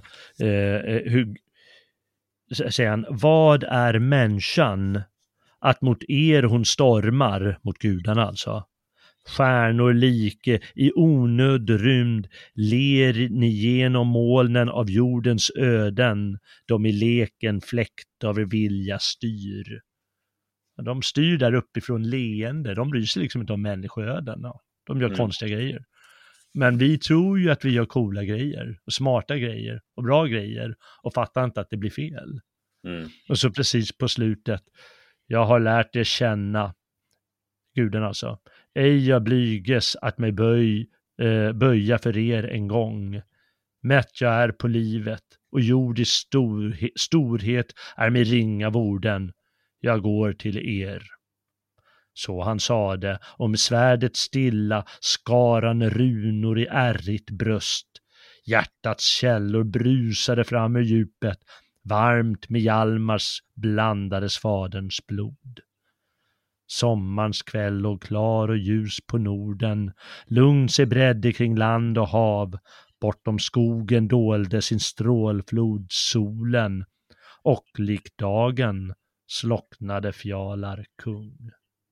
säger han: vad är människan att mot er hon stormar, mot gudarna alltså, Stjärnor like i onöd rymd ler ni genom molnen av jordens öden, de i leken fläkt av er vilja styr. De styr där uppifrån leende, de bryr sig liksom inte om människoöden. Ja. De gör konstiga grejer. Men vi tror ju att vi gör coola grejer och smarta grejer och bra grejer och fattar inte att det blir fel. Och så precis på slutet, jag har lärt er känna, guden alltså, ej jag blyges att mig böja för er en gång. Mätt jag är på livet och jordisk storhet är mig ringa vorden. Jag går till er. Så han sade, och med svärdet stilla skaran runor i ärrigt bröst. Hjärtats källor brusade fram ur djupet, varmt med Hjalmars blandades faderns blod. Sommarns kväll låg klar och ljus på Norden, lugn sig bredde kring land och hav, bortom skogen dolde sin strålflod solen, och likt dagen slocknade Fjalar kung.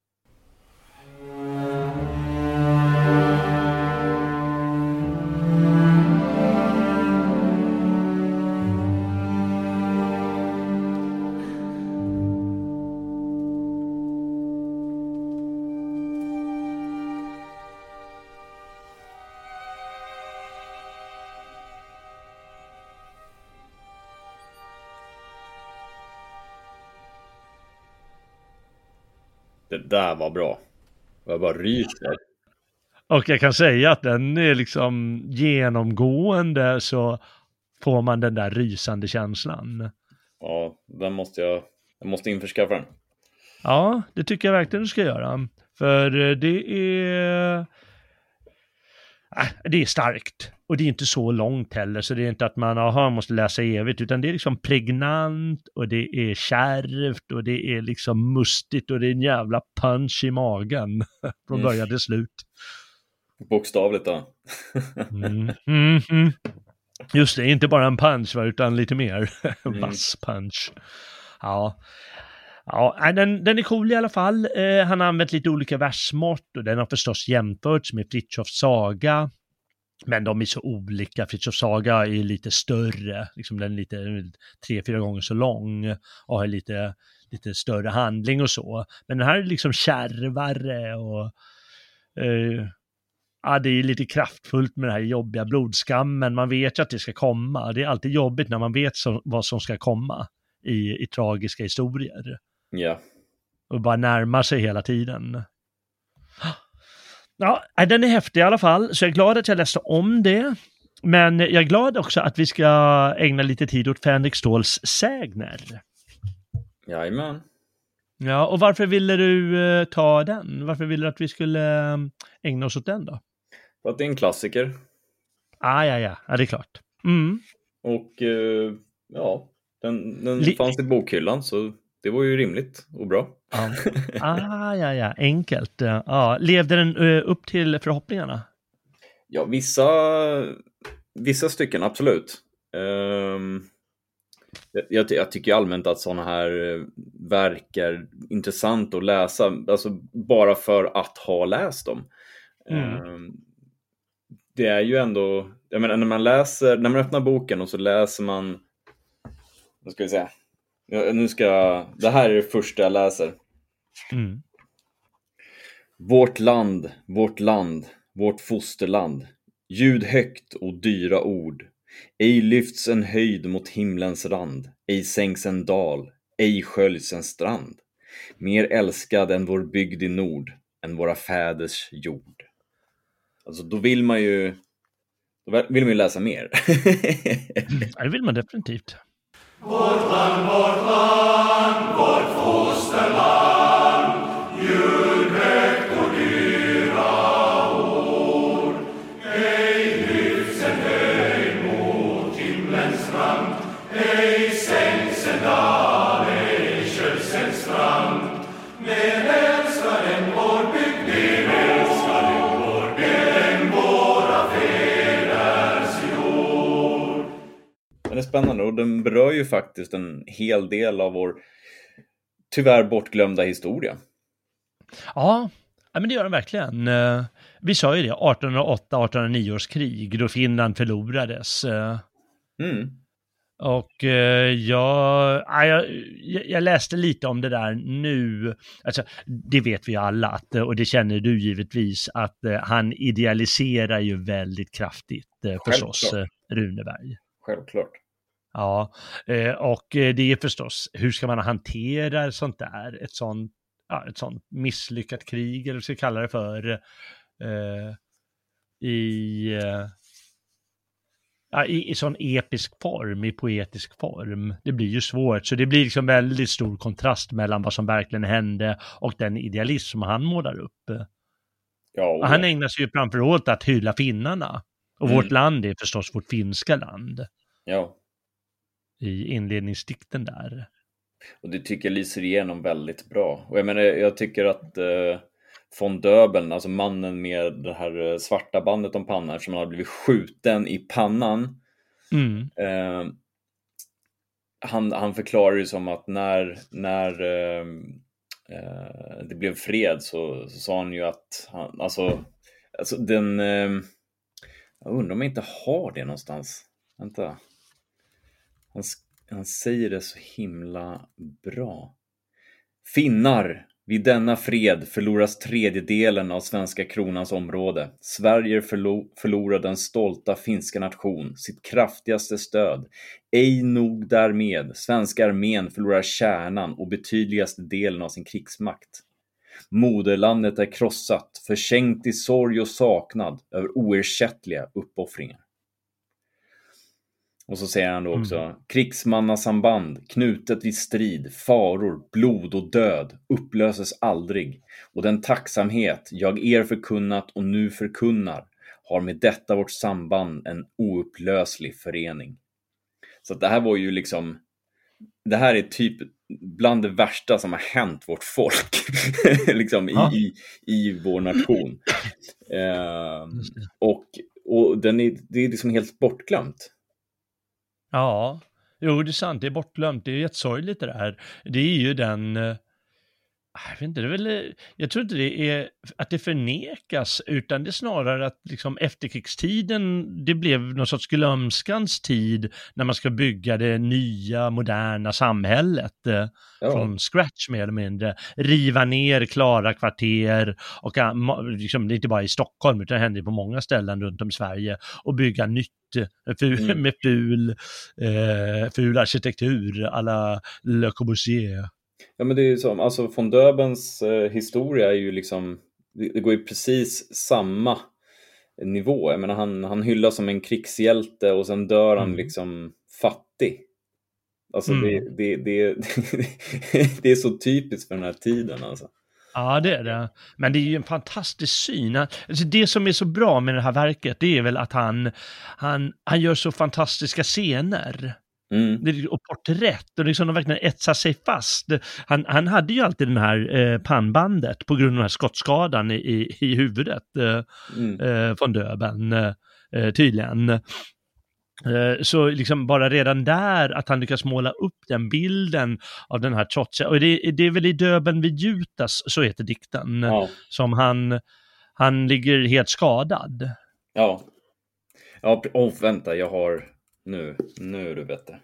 Det där var bra. Jag bara ryser. Och jag kan säga att den är liksom genomgående, så får man den där rysande känslan. Ja, jag måste införskaffa den. Ja, det tycker jag verkligen du ska göra. För det är starkt. Och det är inte så långt heller, så det är inte att man måste läsa evigt, utan det är liksom pregnant och det är kärvt och det är liksom mustigt och det är en jävla punch i magen från början till slut. Bokstavligt då. Just det, inte bara en punch utan lite mer vass punch. Ja, den är cool i alla fall. Han har använt lite olika versmått och den har förstås jämförts med Frithiofs saga. Men de är så olika. Frithiofs saga är lite större. Liksom den är lite 3-4 gånger så lång och har lite större handling och så. Men den här är liksom kärvare och det är lite kraftfullt med den här jobbiga blodskammen. Man vet ju att det ska komma. Det är alltid jobbigt när man vet vad som ska komma i tragiska historier. Ja. Och bara närmar sig hela tiden. Ja, den är häftig i alla fall. Så jag är glad att jag läste om det. Men jag är glad också att vi ska ägna lite tid åt Fänrik Ståls sägner. Jajamän. Ja, och varför ville du ta den? Varför ville du att vi skulle ägna oss åt den då? För att det är en klassiker. Ja, det är klart. Och den fanns i bokhyllan, så det var ju rimligt och bra. Ja, enkelt. Ja, levde den upp till förhoppningarna? Ja, vissa stycken, absolut. Jag tycker allmänt att sådana här verk är intressant att läsa, alltså bara för att ha läst dem. Det är ju ändå, jag menar, när man öppnar boken och så läser man, vad ska vi säga, det här är det första jag läser. Vårt land, vårt fosterland, ljud högt och dyra ord. Ej lyfts en höjd mot himlens rand, ej sänks en dal, ej sköljs en strand. Mer älskad än vår bygd i nord, än våra fäders jord. Alltså då vill man ju läsa mer. Det vill man definitivt. Vårt land, vårt fosterland, ljud högt och dyra ord. Ej lyfts en höjd mot himlens rand, ej sänks en dal, ej sköljs en strand. Mer älskar än vår bygd, än våra fäders jord. Den är spännande och den berör ju faktiskt en hel del av vår tyvärr bortglömda historia. Ja, Ja, men det gör de verkligen. Vi sa ju det, 1808-1809 års krig, då Finland förlorades. Och jag läste lite om det där nu. Alltså, det vet vi alla, och det känner du givetvis, att han idealiserar ju väldigt kraftigt förstås Runeberg. Självklart. Ja, och det är förstås, hur ska man hantera sånt där? Ett sånt misslyckat krig, eller vad ska vi kalla det för, i sån episk form, i poetisk form. Det blir ju svårt, så det blir liksom väldigt stor kontrast mellan vad som verkligen hände och den idealism som han målar upp. Och han ägnar sig ju framförallt att hylla finnarna. Och vårt land är förstås vårt finska land. Ja. I inledningsdikten där. Och det tycker jag lyser igenom väldigt bra. Och jag tycker att von Döbeln, alltså mannen med det här svarta bandet om pannan som har blivit skjuten i pannan. Han förklarar ju som att när det blev fred så sa han ju att alltså den jag undrar om jag inte har det någonstans. Vänta. Han säger det så himla bra. Finnar, vid denna fred förloras tredjedelen av svenska kronans område. Sverige förlorar den stolta finska nation, sitt kraftigaste stöd. Ej nog därmed, svenska armén förlorar kärnan och betydligaste delen av sin krigsmakt. Moderlandet är krossat, försänkt i sorg och saknad över oersättliga uppoffringar. Och så säger han då också, krigsmannasamband, knutet vid strid, faror, blod och död, upplöses aldrig. Och den tacksamhet jag er förkunnat och nu förkunnar har med detta vårt samband en oupplöslig förening. Så att det här var ju liksom, det här är typ bland det värsta som har hänt vårt folk liksom i vår nation. Och det är liksom helt bortglömt. Ja, jo, det är sant, det är bortglömt, det är jättesorgligt det här. Det är ju den, jag vet inte, det är väl, jag tror inte det är att det förnekas, utan det är snarare att liksom efterkrigstiden, det blev någon sorts glömskans tid när man ska bygga det nya, moderna samhället från scratch mer eller mindre. Riva ner klara kvarter och liksom, det är inte bara i Stockholm utan det händer på många ställen runt om i Sverige, och bygga nytt med ful arkitektur à la Le Corbusier. Ja, men det är ju som, alltså von Döbelns historia är ju liksom, det går ju precis samma nivå. Jag menar, han hyllas som en krigshjälte och sen dör han liksom fattig. Alltså det är så typiskt för den här tiden alltså. Ja, det är det. Men det är ju en fantastisk syn. Alltså det som är så bra med det här verket, det är väl att han gör så fantastiska scener. Och porträtt, och liksom de verkligen etsar sig fast. Han hade ju alltid den här pannbandet på grund av den här skottskadan i huvudet von Döbeln tydligen. Så liksom bara redan där att han lyckas måla upp den bilden av den här trotsiga, och det är väl i Döbeln vid Jutas, så heter dikten, som han ligger helt skadad. Ja, vänta, jag har nu är du bättre.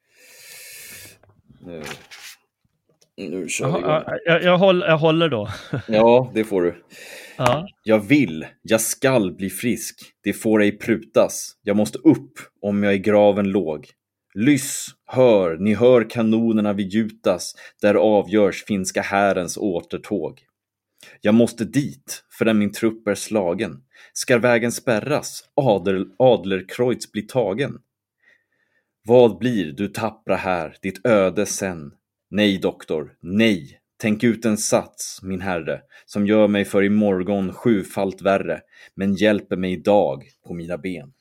Nu kör vi. Jag håller då. Ja, det får du. Ja. Jag skall bli frisk. Det får ej prutas. Jag måste upp om jag i graven låg. Ni hör kanonerna vid Jutas, där avgörs finska härens återtåg. Jag måste dit, för min trupp är slagen. Ska vägen spärras, Adlerkreutz blir tagen. Vad blir du tappra här, ditt öde sen? Nej, doktor, nej. Tänk ut en sats, min herre, som gör mig för imorgon 7-falt värre, men hjälper mig idag på mina ben.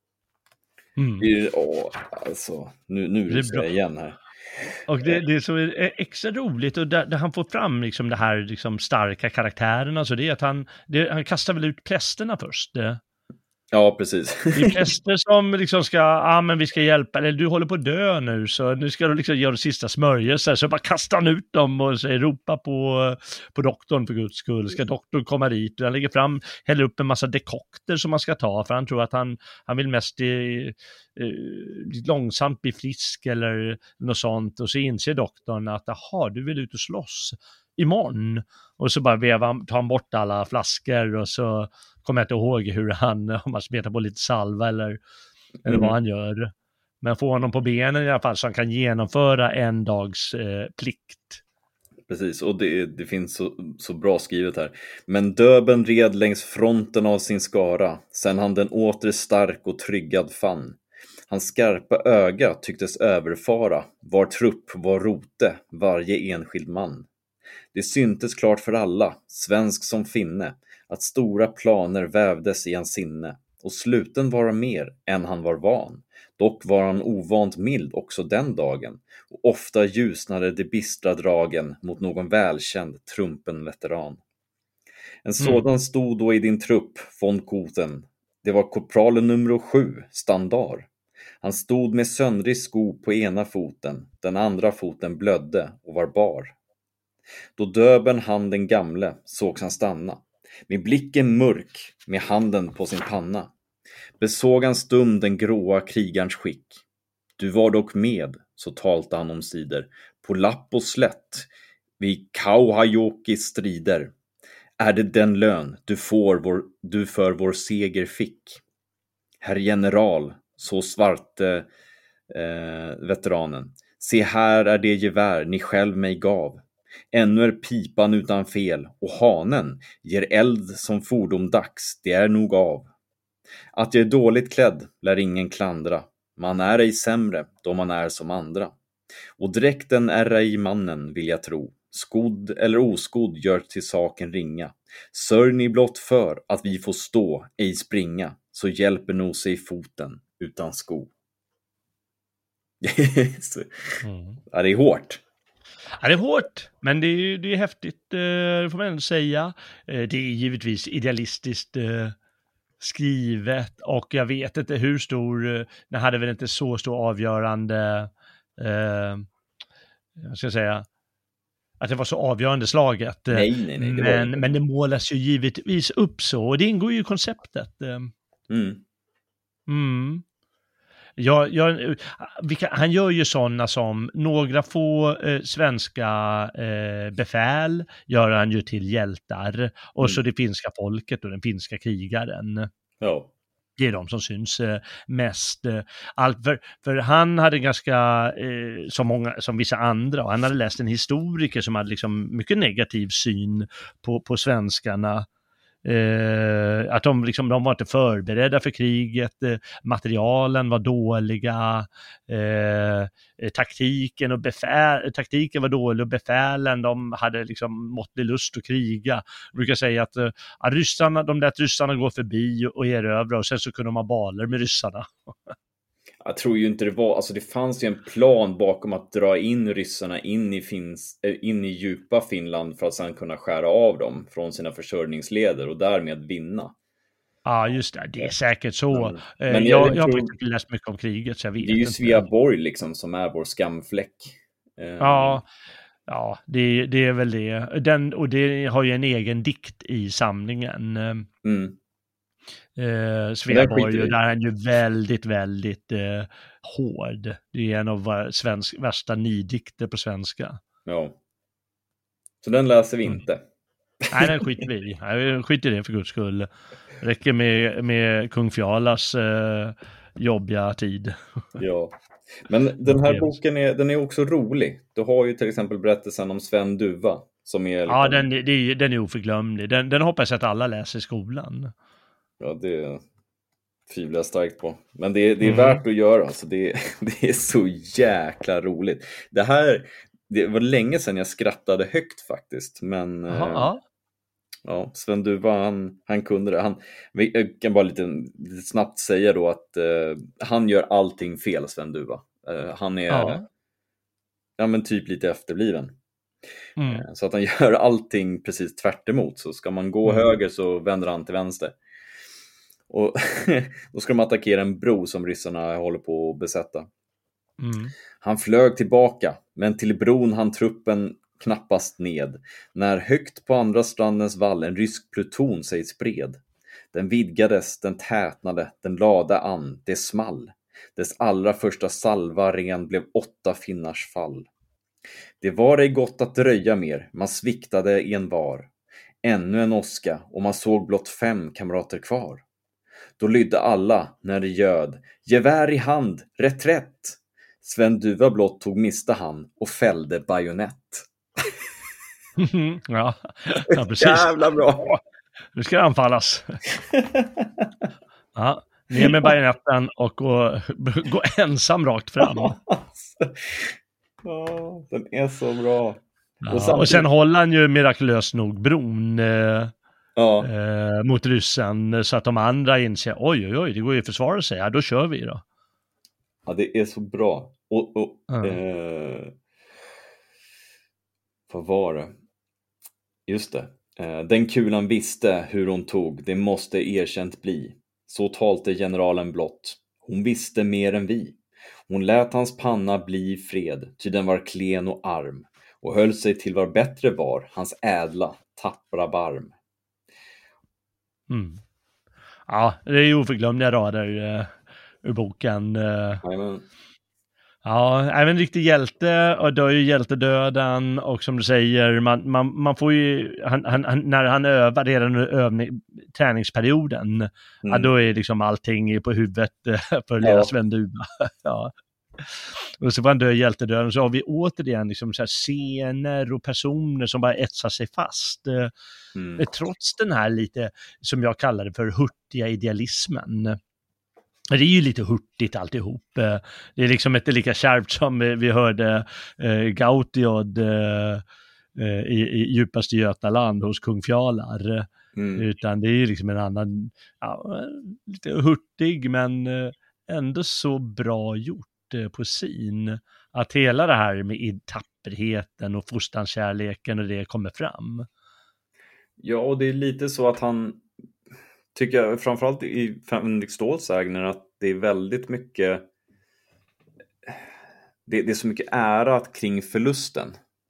Alltså, nu rusar jag igen här. Och det är så extra roligt, och där han får fram liksom det här liksom starka karaktärerna, så det är att han kastar väl ut prästerna först. Ja, precis. Det är präster som liksom ska, men vi ska hjälpa, eller du håller på att dö nu, så nu ska du liksom göra sista smörjelser, så bara kastar han ut dem och säger ropa på doktorn för guds skull. Ska doktorn komma dit? Han lägger fram, häller upp en massa dekokter som man ska ta, för han tror att han vill mest långsamt bli frisk eller något sånt, och så inser doktorn att du vill ut och slåss imorgon, och så bara tar han bort alla flaskor, och så kommer jag inte ihåg om han smetar på lite salva eller vad han gör. Men får honom på benen i alla fall, så han kan genomföra en dags plikt. Precis, och det finns så bra skrivet här. Men Döben red längs fronten av sin skara, sen han den åter stark och tryggad fann. Hans skarpa öga tycktes överfara var trupp, var rote, varje enskild man. Det syntes klart för alla, svensk som finne, att stora planer vävdes i hans sinne, och sluten var mer än han var van. Dock var han ovant mild också den dagen, och ofta ljusnade de bistra dragen mot någon välkänd trumpenveteran. En sådan stod då i din trupp, von Koten. Det var korpralen nummer 7, Standard. Han stod med söndrig sko på ena foten, den andra foten blödde och var bar. Då Döben han den gamle sågs han stanna, med blicken mörk, med handen på sin panna. Besåg han stum den gråa krigarns skick. Du var dock med, så talte han om sidor, på lapp och slätt, vid Kauhajokis strider. Är det den lön du för vår seger fick? Herr general, så svarte veteranen, se här är det gevär ni själv mig gav. Ännu är pipan utan fel, och hanen ger eld som fordom dags, det är nog av. Att jag är dåligt klädd lär ingen klandra, man är ej sämre då man är som andra. Och dräkten är ej mannen, vill jag tro, skodd eller oskodd gör till saken ringa. Sörj ni blott för att vi får stå, ej springa, så hjälper nog sig foten utan sko. Ja, det är hårt. Ja, det är hårt, men det är häftigt, det får man ändå säga. Det är givetvis idealistiskt skrivet, och jag vet inte hur stor, det hade väl inte så stor avgörande, jag ska säga, att det var så avgörande slaget. Nej, men det målas ju givetvis upp så, och det ingår ju i konceptet. Han gör ju sådana som några få svenska befäl gör han ju till hjältar, och så det finska folket och den finska krigaren. Ja. Det är de som syns mest. För han hade ganska, som vissa andra, och han hade läst en historiker som hade liksom mycket negativ syn på svenskarna. Att de var inte förberedda för kriget, materialen var dåliga, taktiken var dålig, och befälen, de hade liksom måttlig lust att kriga. Jag brukar säga att de lät ryssarna gå förbi och erövra, och sen så kunde de ha baler med ryssarna. Jag tror ju inte det var, alltså det fanns ju en plan bakom att dra in ryssarna in i djupa Finland för att sedan kunna skära av dem från sina försörjningsleder och därmed vinna. Ja, just det är säkert så. Men jag har faktiskt inte läst mycket om kriget, så jag vet inte. Det är ju Sveaborg liksom som är vår skamfläck. Ja, det är väl det. Och det har ju en egen dikt i samlingen. Sveaborg, och där är han ju väldigt, väldigt hård. Det är en av värsta nidikter på svenska. Ja. Så den läser vi inte. Nej, den skiter vi i. Skiter i det för guds skull. Räcker med kung Fjalas jobbiga tid. Ja. Men den här boken den är också rolig. Du har ju till exempel berättelsen om Sven Duva. Som är Ja, den är oförglömlig. Den hoppas jag att alla läser i skolan. Ja, det tvivlar jag starkt på. Men det är värt att göra. Alltså det är så jäkla roligt. Det var länge sedan jag skrattade högt faktiskt. Men ja, Sven Duva, han kunde det. Jag kan bara lite snabbt säga då att han gör allting fel, Sven Duva. Han är men typ lite efterbliven. Så att han gör allting precis tvärt emot. Så ska man gå höger så vänder han till vänster. Och då ska de attackera en bro som ryssarna håller på att besätta. Mm. Han flög tillbaka, men till bron han truppen knappast ned, när högt på andra strandens vall en rysk pluton sig spred. Den vidgades, den tätnade, den lade an, det small. Dess allra första salva ren blev 8 finnars fall. Det var ej gott att dröja mer, man sviktade en var. Ännu en åska, och man såg blott 5 kamrater kvar. Då lydde alla, när det göd, gevär i hand, reträtt! Sven Duva blott tog miste han och fällde bajonett. Ja, precis. Jävla bra! Nu ska det anfallas. Ja, ner med bajonetten och gå ensam rakt fram. Ja, den är så bra. Ja, och sen håller han ju mirakulöst nog bron mot ryssen, så att de andra inser, oj, det går ju att försvara sig. Ja, då kör vi då. Ja, det är så bra. Vad var det? Just det. Den kulan visste hur hon tog, det måste erkänt bli. Så talte generalen blott. Hon visste mer än vi. Hon lät hans panna bli fred, ty den var klen och arm, och höll sig till var bättre var, hans ädla, tappra barm. Mm. Ja, det är ju oförglömliga rader ur boken. Ja, även riktig hjälte, och dör ju hjältedöden, och som du säger, man får ju, när han övar redan under träningsperioden, ja, då är liksom allting på huvudet för lilla Sven Duva. Ja. Och så var han dö hjältedöden, och så har vi återigen liksom så här scener och personer som bara etsar sig fast. Trots den här lite, som jag kallar det för, hurtiga idealismen. Det är ju lite hurtigt alltihop. Det är liksom inte lika kärvt som vi hörde Gautiod i djupaste Götaland hos kung Fjalar. Utan det är ju liksom en annan, lite hurtig, men ändå så bra gjort poesin. Att hela det här med tapperheten och fosterlandskärleken och det kommer fram. Ja, och det är lite så att han, tycker jag, framförallt i Fänrik Ståls sägner, att det är väldigt mycket, det är så mycket ära kring förlusten.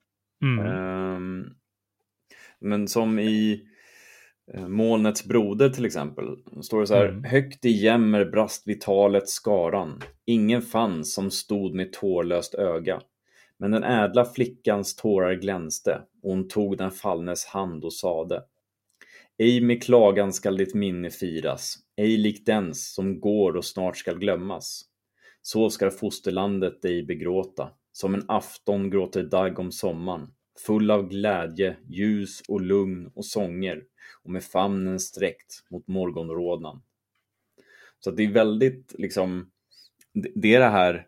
Men som i Molnets broder till exempel, står det så här: högt i jämmer brast vitalet skaran, ingen fanns som stod med tårlöst öga, men den ädla flickans tårar glänste, och hon tog den fallnes hand och sade: ej med klagan skall ditt minne firas, ej likt den som går och snart skall glömmas. Så skall fosterlandet dig begråta, som en afton gråter dag om sommaren, full av glädje, ljus och lugn och sånger, och med famnen sträckt mot morgonrådan. Så det är väldigt liksom, det är det här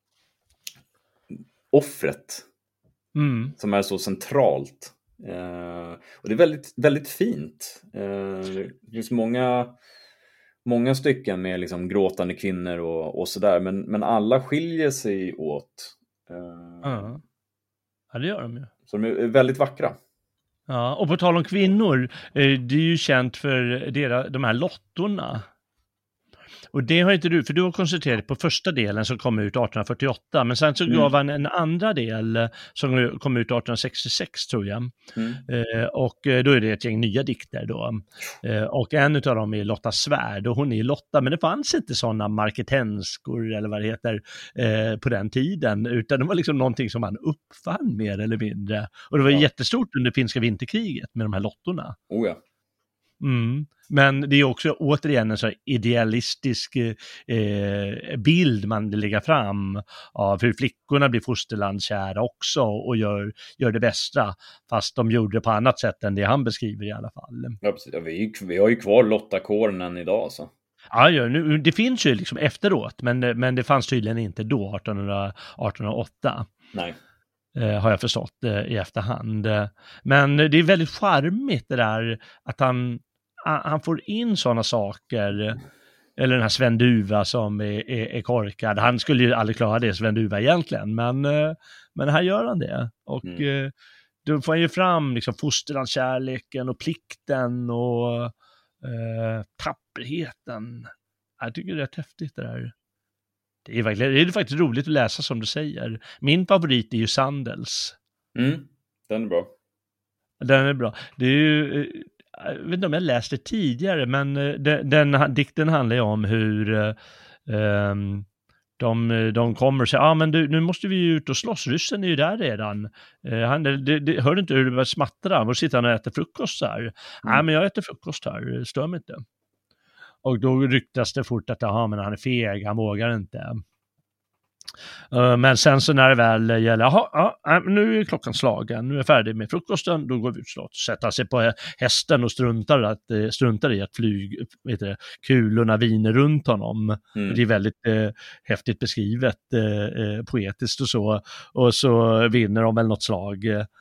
offret som är så centralt. Och det är väldigt, väldigt fint. Det finns många stycken med liksom gråtande kvinnor och sådär, men alla skiljer sig åt. Ja, det gör de ju. Så de är väldigt vackra. Ja, och på tal om kvinnor, det är ju känt för de här lottorna. Och det har inte du, för du har koncentrerat på första delen som kom ut 1848, men sen så gav han en andra del som kom ut 1866 tror jag. Och då är det ett gäng nya dikter då. Och en av dem är Lotta Svärd, och hon är Lotta, men det fanns inte sådana marketenskor eller vad det heter på den tiden, utan det var liksom någonting som man uppfann mer eller mindre. Och det var jättestort under finska vinterkriget med de här lottorna. Oh ja. Men det är också återigen en så idealistisk bild man vill lägga fram av hur flickorna blir fosterlandskära också och gör det bästa, fast de gjorde det på annat sätt än det han beskriver i alla fall. Ja, precis. Ja, vi har ju kvar Lottakåren än idag så. Ja, nu, det finns ju liksom efteråt, men det fanns tydligen inte då 1808. Nej. Har jag förstått i efterhand. Men det är väldigt charmigt det där att han får in sådana saker, eller den här Sven Duva som är korkad. Han skulle ju aldrig klara det, Sven Duva egentligen, men här gör han det. Och då får han ju fram liksom fosterlandskärleken och plikten och Tapperheten. Jag tycker det är rätt häftigt det där. Det är faktiskt roligt att läsa som du säger. Min favorit är ju Sandels. Den är bra. Den är bra. Det är ju, jag vet inte om jag läste tidigare, men den dikten handlar ju om hur de kommer och säger, men nu måste vi ju ut och slåss, ryssen är ju där redan. Hör inte hur det smattrar? Och sitter han och äter frukost här? Nej, men jag äter frukost här, stör mig inte. Och då ryktas det fort att men han är feg, han vågar inte. Men sen så när det väl gäller, nu är klockan slagen, nu är jag färdig med frukosten, då går vi ut slott. Sätter sig på hästen och struntar i att kulorna viner runt honom. Det är väldigt häftigt beskrivet, poetiskt och så. Och så vinner de väl något slag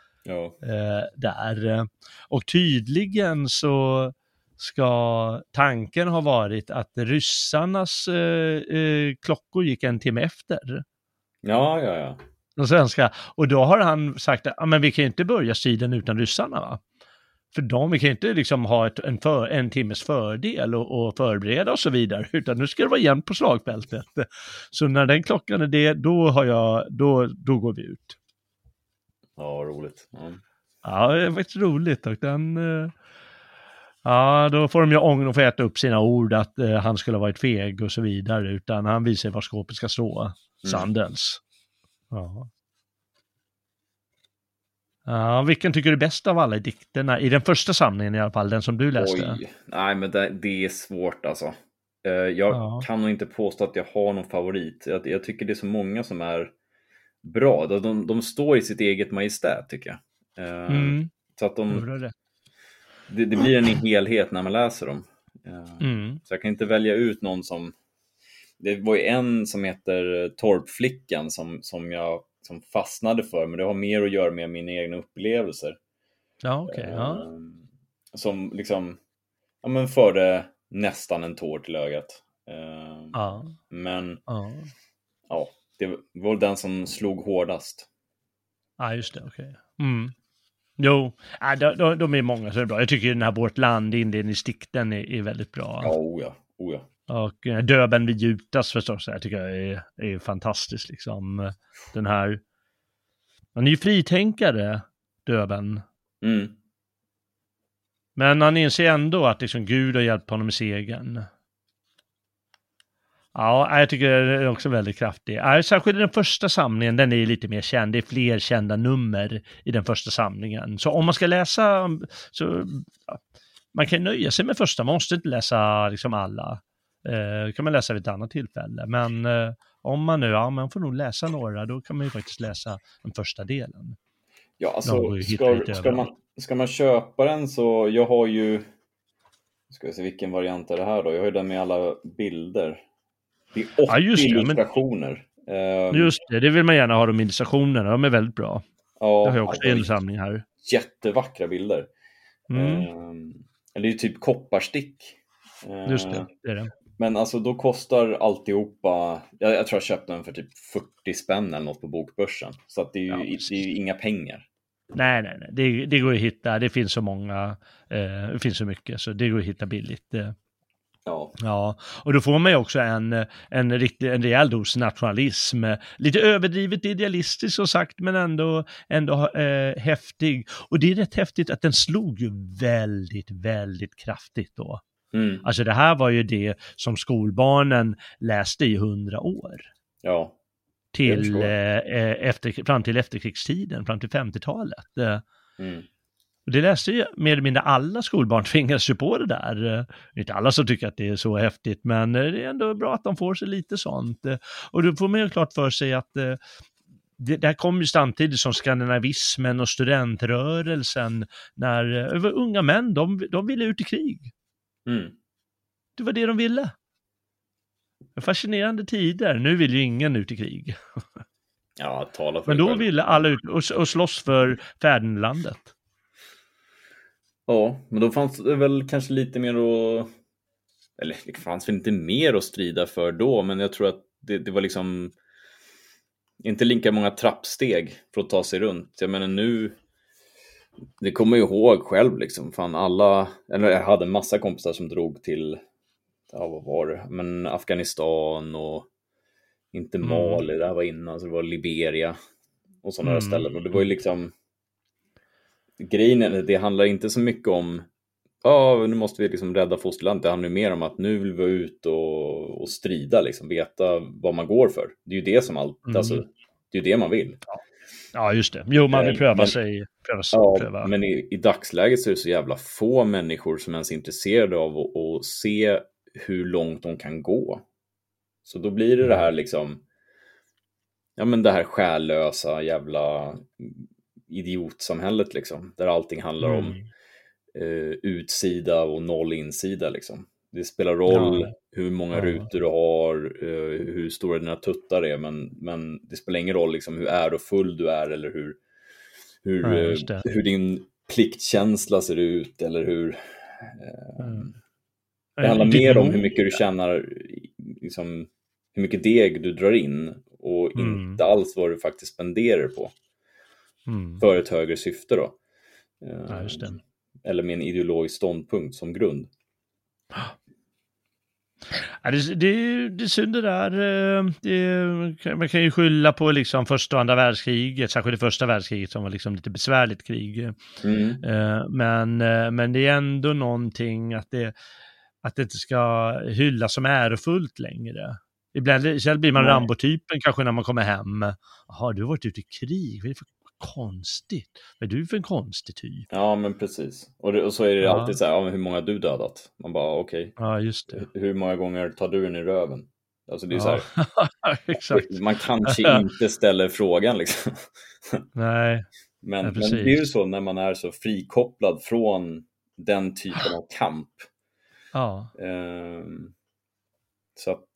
där. Och tydligen så ska tanken ha varit att ryssarnas klockor gick en timme efter. Ja. De svenska. Och då har han sagt att men vi kan inte börja striden utan ryssarna, va? För vi kan inte liksom ha en timmes fördel och förbereda och så vidare, utan nu ska det vara jämnt på slagfältet. Så när den klockan är det, då går vi ut. Ja, roligt. Ja, det är faktiskt roligt. Och då får de ju ångern att få äta upp sina ord att han skulle ha varit feg och så vidare, utan han visar var skåpet ska stå. Sandels. Ja, vilken tycker du är bäst av alla dikterna? I den första samlingen i alla fall, den som du läste. Nej, men det är svårt alltså. Jag kan nog inte påstå att jag har någon favorit. Jag tycker det är så många som är bra. De står i sitt eget majestät, tycker jag. Så att det blir en helhet när man läser dem. Så jag kan inte välja ut någon som... Det var ju en som heter Torpflickan som jag fastnade för, men det har mer att göra med mina egna upplevelser. Som liksom förde nästan en tår till ögat. Men det var den som slog hårdast. Just det, okej. Jo, de är många så är det bra. Jag tycker den här Vårt land, inledningsdikten är väldigt bra. Oh ja. Och Döben vid Jutas förstås, jag tycker jag är fantastisk liksom. Den här, han är ju fritänkare, Döben. Men han inser ändå att liksom Gud har hjälpt honom i segern. Ja, jag tycker det är också väldigt kraftig. Särskilt den första samlingen, den är lite mer känd. Det är fler kända nummer i den första samlingen. Så om man ska läsa, så man kan nöja sig med första. Man måste inte läsa liksom alla. Kan man läsa vid ett annat tillfälle. Men om man nu, man får nog läsa några, då kan man ju faktiskt läsa den första delen. Ja, alltså ska man köpa den så, jag har ju, ska vi se vilken variant är det här då? Jag har ju den med alla bilder. Det är 80 illustrationer. Just det vill man gärna ha, de illustrationerna, de är väldigt bra. Jag har också en samling här. Jättevackra bilder. Det är ju typ kopparstick. Just det är det. Men alltså då kostar alltihopa, jag tror jag köpte den för typ 40 spänn eller något på bokbörsen. Så att det är ju inga pengar. Nej. Det går att hitta, det finns så många, det finns så mycket, så det går att hitta billigt. Ja, och då får man ju också en rejäl dos nationalism. Lite överdrivet idealistisk och sagt, men ändå häftig. Och det är rätt häftigt att den slog ju väldigt, väldigt kraftigt då. Alltså det här var ju det som skolbarnen läste i 100 år. Ja. Fram till efterkrigstiden, fram till 50-talet. Och det läste ju mer eller mindre alla skolbarn, tvingas ju på det där. Inte alla som tycker att det är så häftigt, men det är ändå bra att de får sig lite sånt. Och då får man ju klart för sig att det här kom ju samtidigt som skandinavismen och studentrörelsen, när unga män, de ville ut i krig. Det var det de ville. Fascinerande tider. Nu vill ju ingen ut i krig. Ja, tala för. Men då ville alla ut och slåss för fädernelandet. Ja, men då fanns det väl kanske lite mer att... Eller det fanns väl inte mer att strida för då, men jag tror att det var liksom inte lika många trappsteg för att ta sig runt. Jag menar nu det kommer jag ihåg själv liksom. Fan eller jag hade en massa kompisar som drog till, vad var det? Men Afghanistan och inte Mali, det här var innan, så det var Liberia och sådana där ställen. Och det var ju liksom, grejen, det handlar inte så mycket om nu måste vi liksom rädda fosterlandet. Det handlar mer om att nu vill vi ut och strida liksom, veta vad man går för. Det är ju det som alltså, det är ju det man vill. Ja, just det. Jo, man vill pröva sig. Pröva. Men i dagsläget så är det så jävla få människor som ens är intresserade av att se hur långt de kan gå. Så då blir det här liksom, men det här själlösa jävla idiotsamhället liksom, där allting handlar om utsida och noll insida liksom. Det spelar roll hur många rutor du har, hur stora dina tuttar är, men det spelar ingen roll liksom hur ärofull du är, eller hur din pliktkänsla ser ut, eller hur det handlar mer om hur mycket du tjänar liksom, hur mycket deg du drar in, och inte alls vad du faktiskt spenderar på för ett högre syfte då. Ja, just det. Eller med en ideologisk ståndpunkt som grund. Ja, det är synd det där. Man kan ju skylla på liksom första och andra världskriget, särskilt det första världskriget som var liksom lite besvärligt krig. Men det är ändå någonting att det inte ska hyllas som ärofullt längre. Ibland blir man Rambo-typen kanske när man kommer hem. Jaha, du har varit ute i krig. Vad är det för konstigt? Vad är du för en konstig typ? Ja, men precis. Och så är det alltid så här, men hur många har du dödat? Man bara, okej. Ja, just det. Hur många gånger tar du den i röven? Alltså det är så här. Exakt. Man kanske inte ställer frågan liksom. Nej. Men det är ju så när man är så frikopplad från den typen av kamp. Ja. Så att,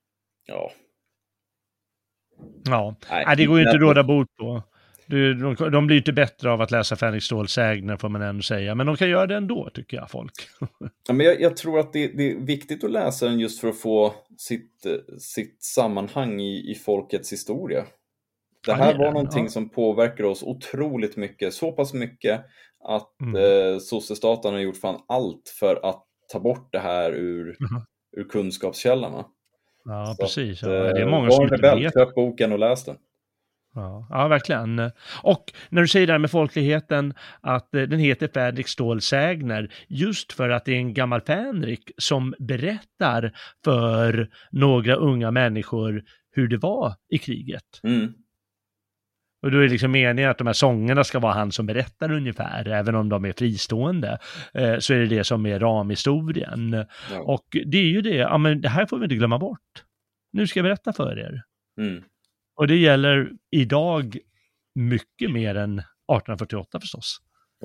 Nej, det går ju inte att råda bot på. De blir ju inte bättre av att läsa Fänrik Ståls sägner, får man ändå säga. Men de kan göra det ändå, tycker jag, folk. Ja, men jag tror att det är viktigt att läsa den just för att få sitt sammanhang i folkets historia. Det här var någonting som påverkar oss otroligt mycket. Så pass mycket att sossestaten har gjort fan allt för att ta bort det här ur kunskapskällarna. Ja, så precis. Att, det är många som inte vet. Köp boken och läs den. Ja, verkligen. Och när du säger det här med folkligheten, att den heter Fänrik Ståls sägner, just för att det är en gammal Fänrik som berättar för några unga människor hur det var i kriget. Och då är det liksom meningen att de här sångerna ska vara han som berättar ungefär, även om de är fristående, så är det som är ramhistorien. Ja. Och det är ju det, men det här får vi inte glömma bort. Nu ska jag berätta för er. Och det gäller idag mycket mer än 1848 förstås.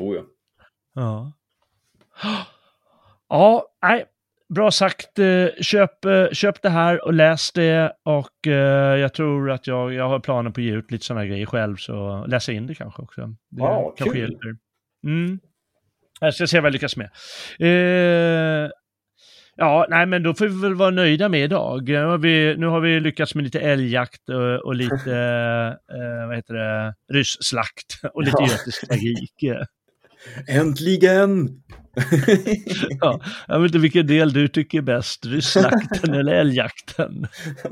Ja, nej. Bra sagt, köp det här och läs det, och jag tror att jag har planer på att ge ut lite sådana grejer själv, så läsa in det kanske också. Det kanske hjälper. Jag ska se vad jag lyckas med. Men då får vi väl vara nöjda med idag. Nu har vi lyckats med lite älgjakt och lite ryssslakt och lite götisk tragik. Äntligen! Jag vet inte vilken del du tycker är bäst, ryssslakten eller älgjakten.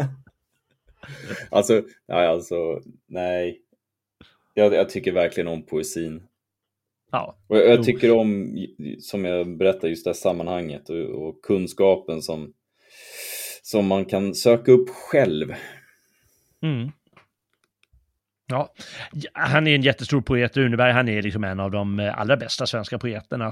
Nej. Jag tycker verkligen om poesin. Ja. Och jag tycker om, som jag berättade, just det här sammanhanget och kunskapen som man kan söka upp själv. Ja, han är en jättestor poet, Runeberg. Han är liksom en av de allra bästa svenska poeterna.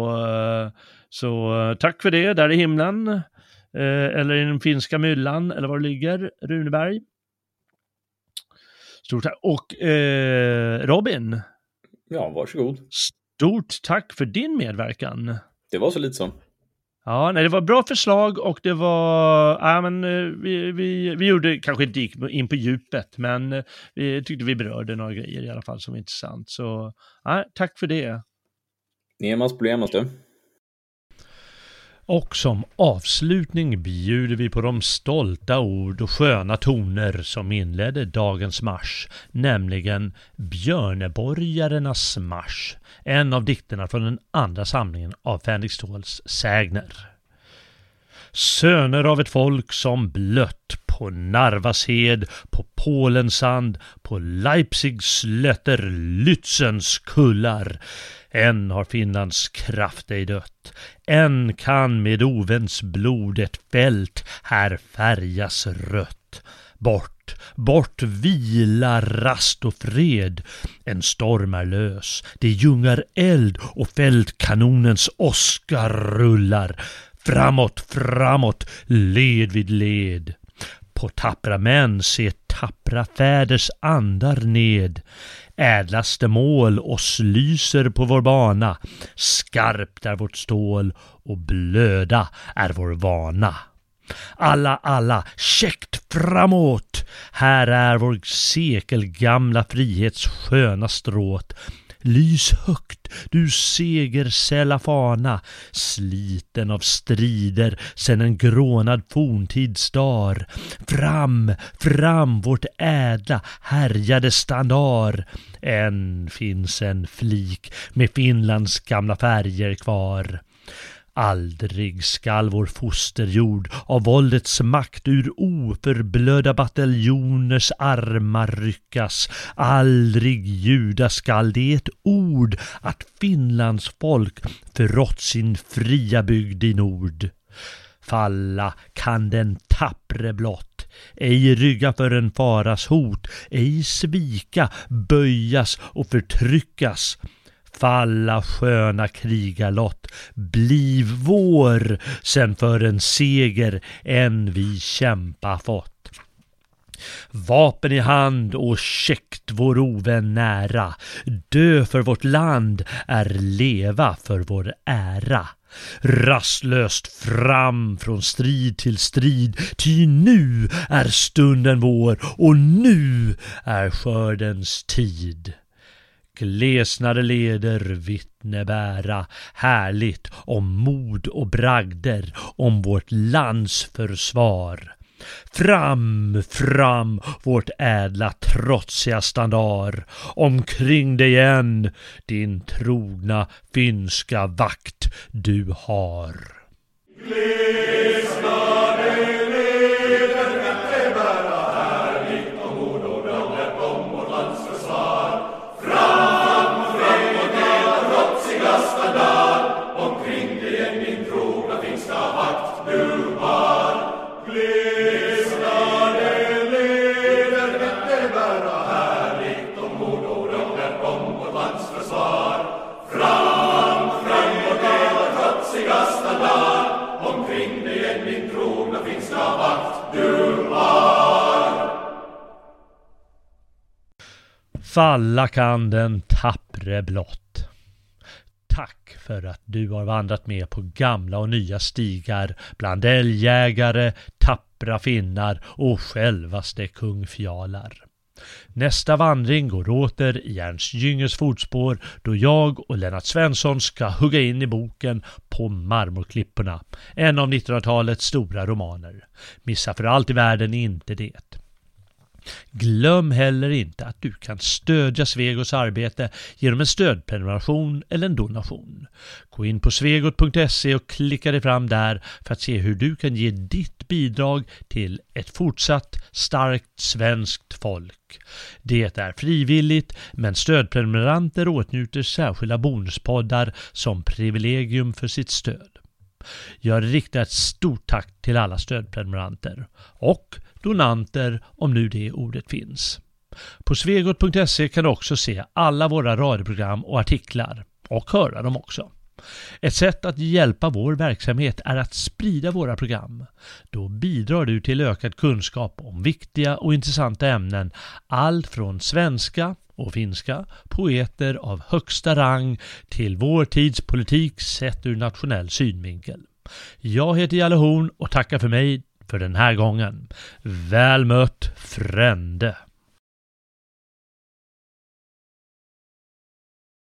Så tack för det, där i himlen. Eller i den finska myllan, eller var det ligger, Runeberg. Stort tack. Och Robin. Ja, varsågod. Stort tack för din medverkan. Det var så lite som. Ja, det var bra förslag, och det var, vi gjorde kanske inte gick in på djupet, men vi tyckte vi berörde några grejer i alla fall som var intressant. Så tack för det. Nemas problemet du. Och som avslutning bjuder vi på de stolta ord och sköna toner som inledde dagens marsch, nämligen Björneborgarnas marsch, en av dikterna från den andra samlingen av Fänrik Ståls sägner. Söner av ett folk som blött på Narvas hed, på Polens sand, på Leipzigs slötter, Lützens kullar. Än har Finlands kraft ej dött, än kan med ovens blod ett fält här färgas rött. Bort, bort vila, rast och fred, en storm är lös, det ljungar eld och fältkanonens åskar rullar. Framåt, framåt, led vid led. På tappra män se tappra fäders andar ned. Ädlaste mål oss lyser på vår bana. Skarpt är vårt stål och blöda är vår vana. Alla, käckt framåt. Här är vår sekelgamla frihets sköna stråt. Lys högt, du segersälla fana, sliten av strider sen en grånad forntids dar. Fram, vårt ädla, härjade standard. Än finns en flik med Finlands gamla färger kvar. Aldrig skall vår fosterjord av våldets makt ur oförblöda bataljoners armar ryckas. Aldrig ljuda skall det ett ord att Finlands folk förrått sin fria bygd i nord. Falla kan den tappre blott, ej rygga för en faras hot, ej svika, böjas och förtryckas. Falla sköna krigarlott, bliv vår, sen för en seger än vi kämpa fått. Vapen i hand och käckt vår ovän nära, dö för vårt land är leva för vår ära. Rastlöst fram från strid till strid, ty nu är stunden vår och nu är skördens tid. Glesnade leder vittne bära, härligt om mod och bragder, om vårt lands försvar. Fram, vårt ädla trotsiga standard, omkring dig igen din trogna finska vakt du har. Glesnade leder vittne bära, härligt om mod och bragder, om vårt lands försvar. Omkring dig en min trogna finska vakt du har. Glesnade leder vittne bära, härligt om mod och bragder, om vårt lands försvar. Fram och dela trotsiga standard. Omkring dig en min trogna finska vakt du har. Falla kan den tappre blott. Tack för att du har vandrat med på gamla och nya stigar bland älgjägare, tappra finnar och självaste kungfjalar. Nästa vandring går åter i Ernst Jüngers fotspår då jag och Lennart Svensson ska hugga in i boken På marmorklipporna, en av 1900-talets stora romaner. Missa för allt i världen inte det. Glöm heller inte att du kan stödja Svegos arbete genom en stödprenumeration eller en donation. Gå in på svegot.se och klicka dig fram där för att se hur du kan ge ditt bidrag till ett fortsatt starkt svenskt folk. Det är frivilligt, men stödprenumeranter åtnjuter särskilda bonuspoddar som privilegium för sitt stöd. Jag riktar ett stort tack till alla stödprenumeranter och donanter om nu det ordet finns. På svegot.se kan du också se alla våra radioprogram och artiklar och höra dem också. Ett sätt att hjälpa vår verksamhet är att sprida våra program. Då bidrar du till ökad kunskap om viktiga och intressanta ämnen, allt från svenska och finska, poeter av högsta rang till vår tids politik sett ur nationell synvinkel. Jag heter Jalle Horn och tackar för mig för den här gången. Väl mött, frände!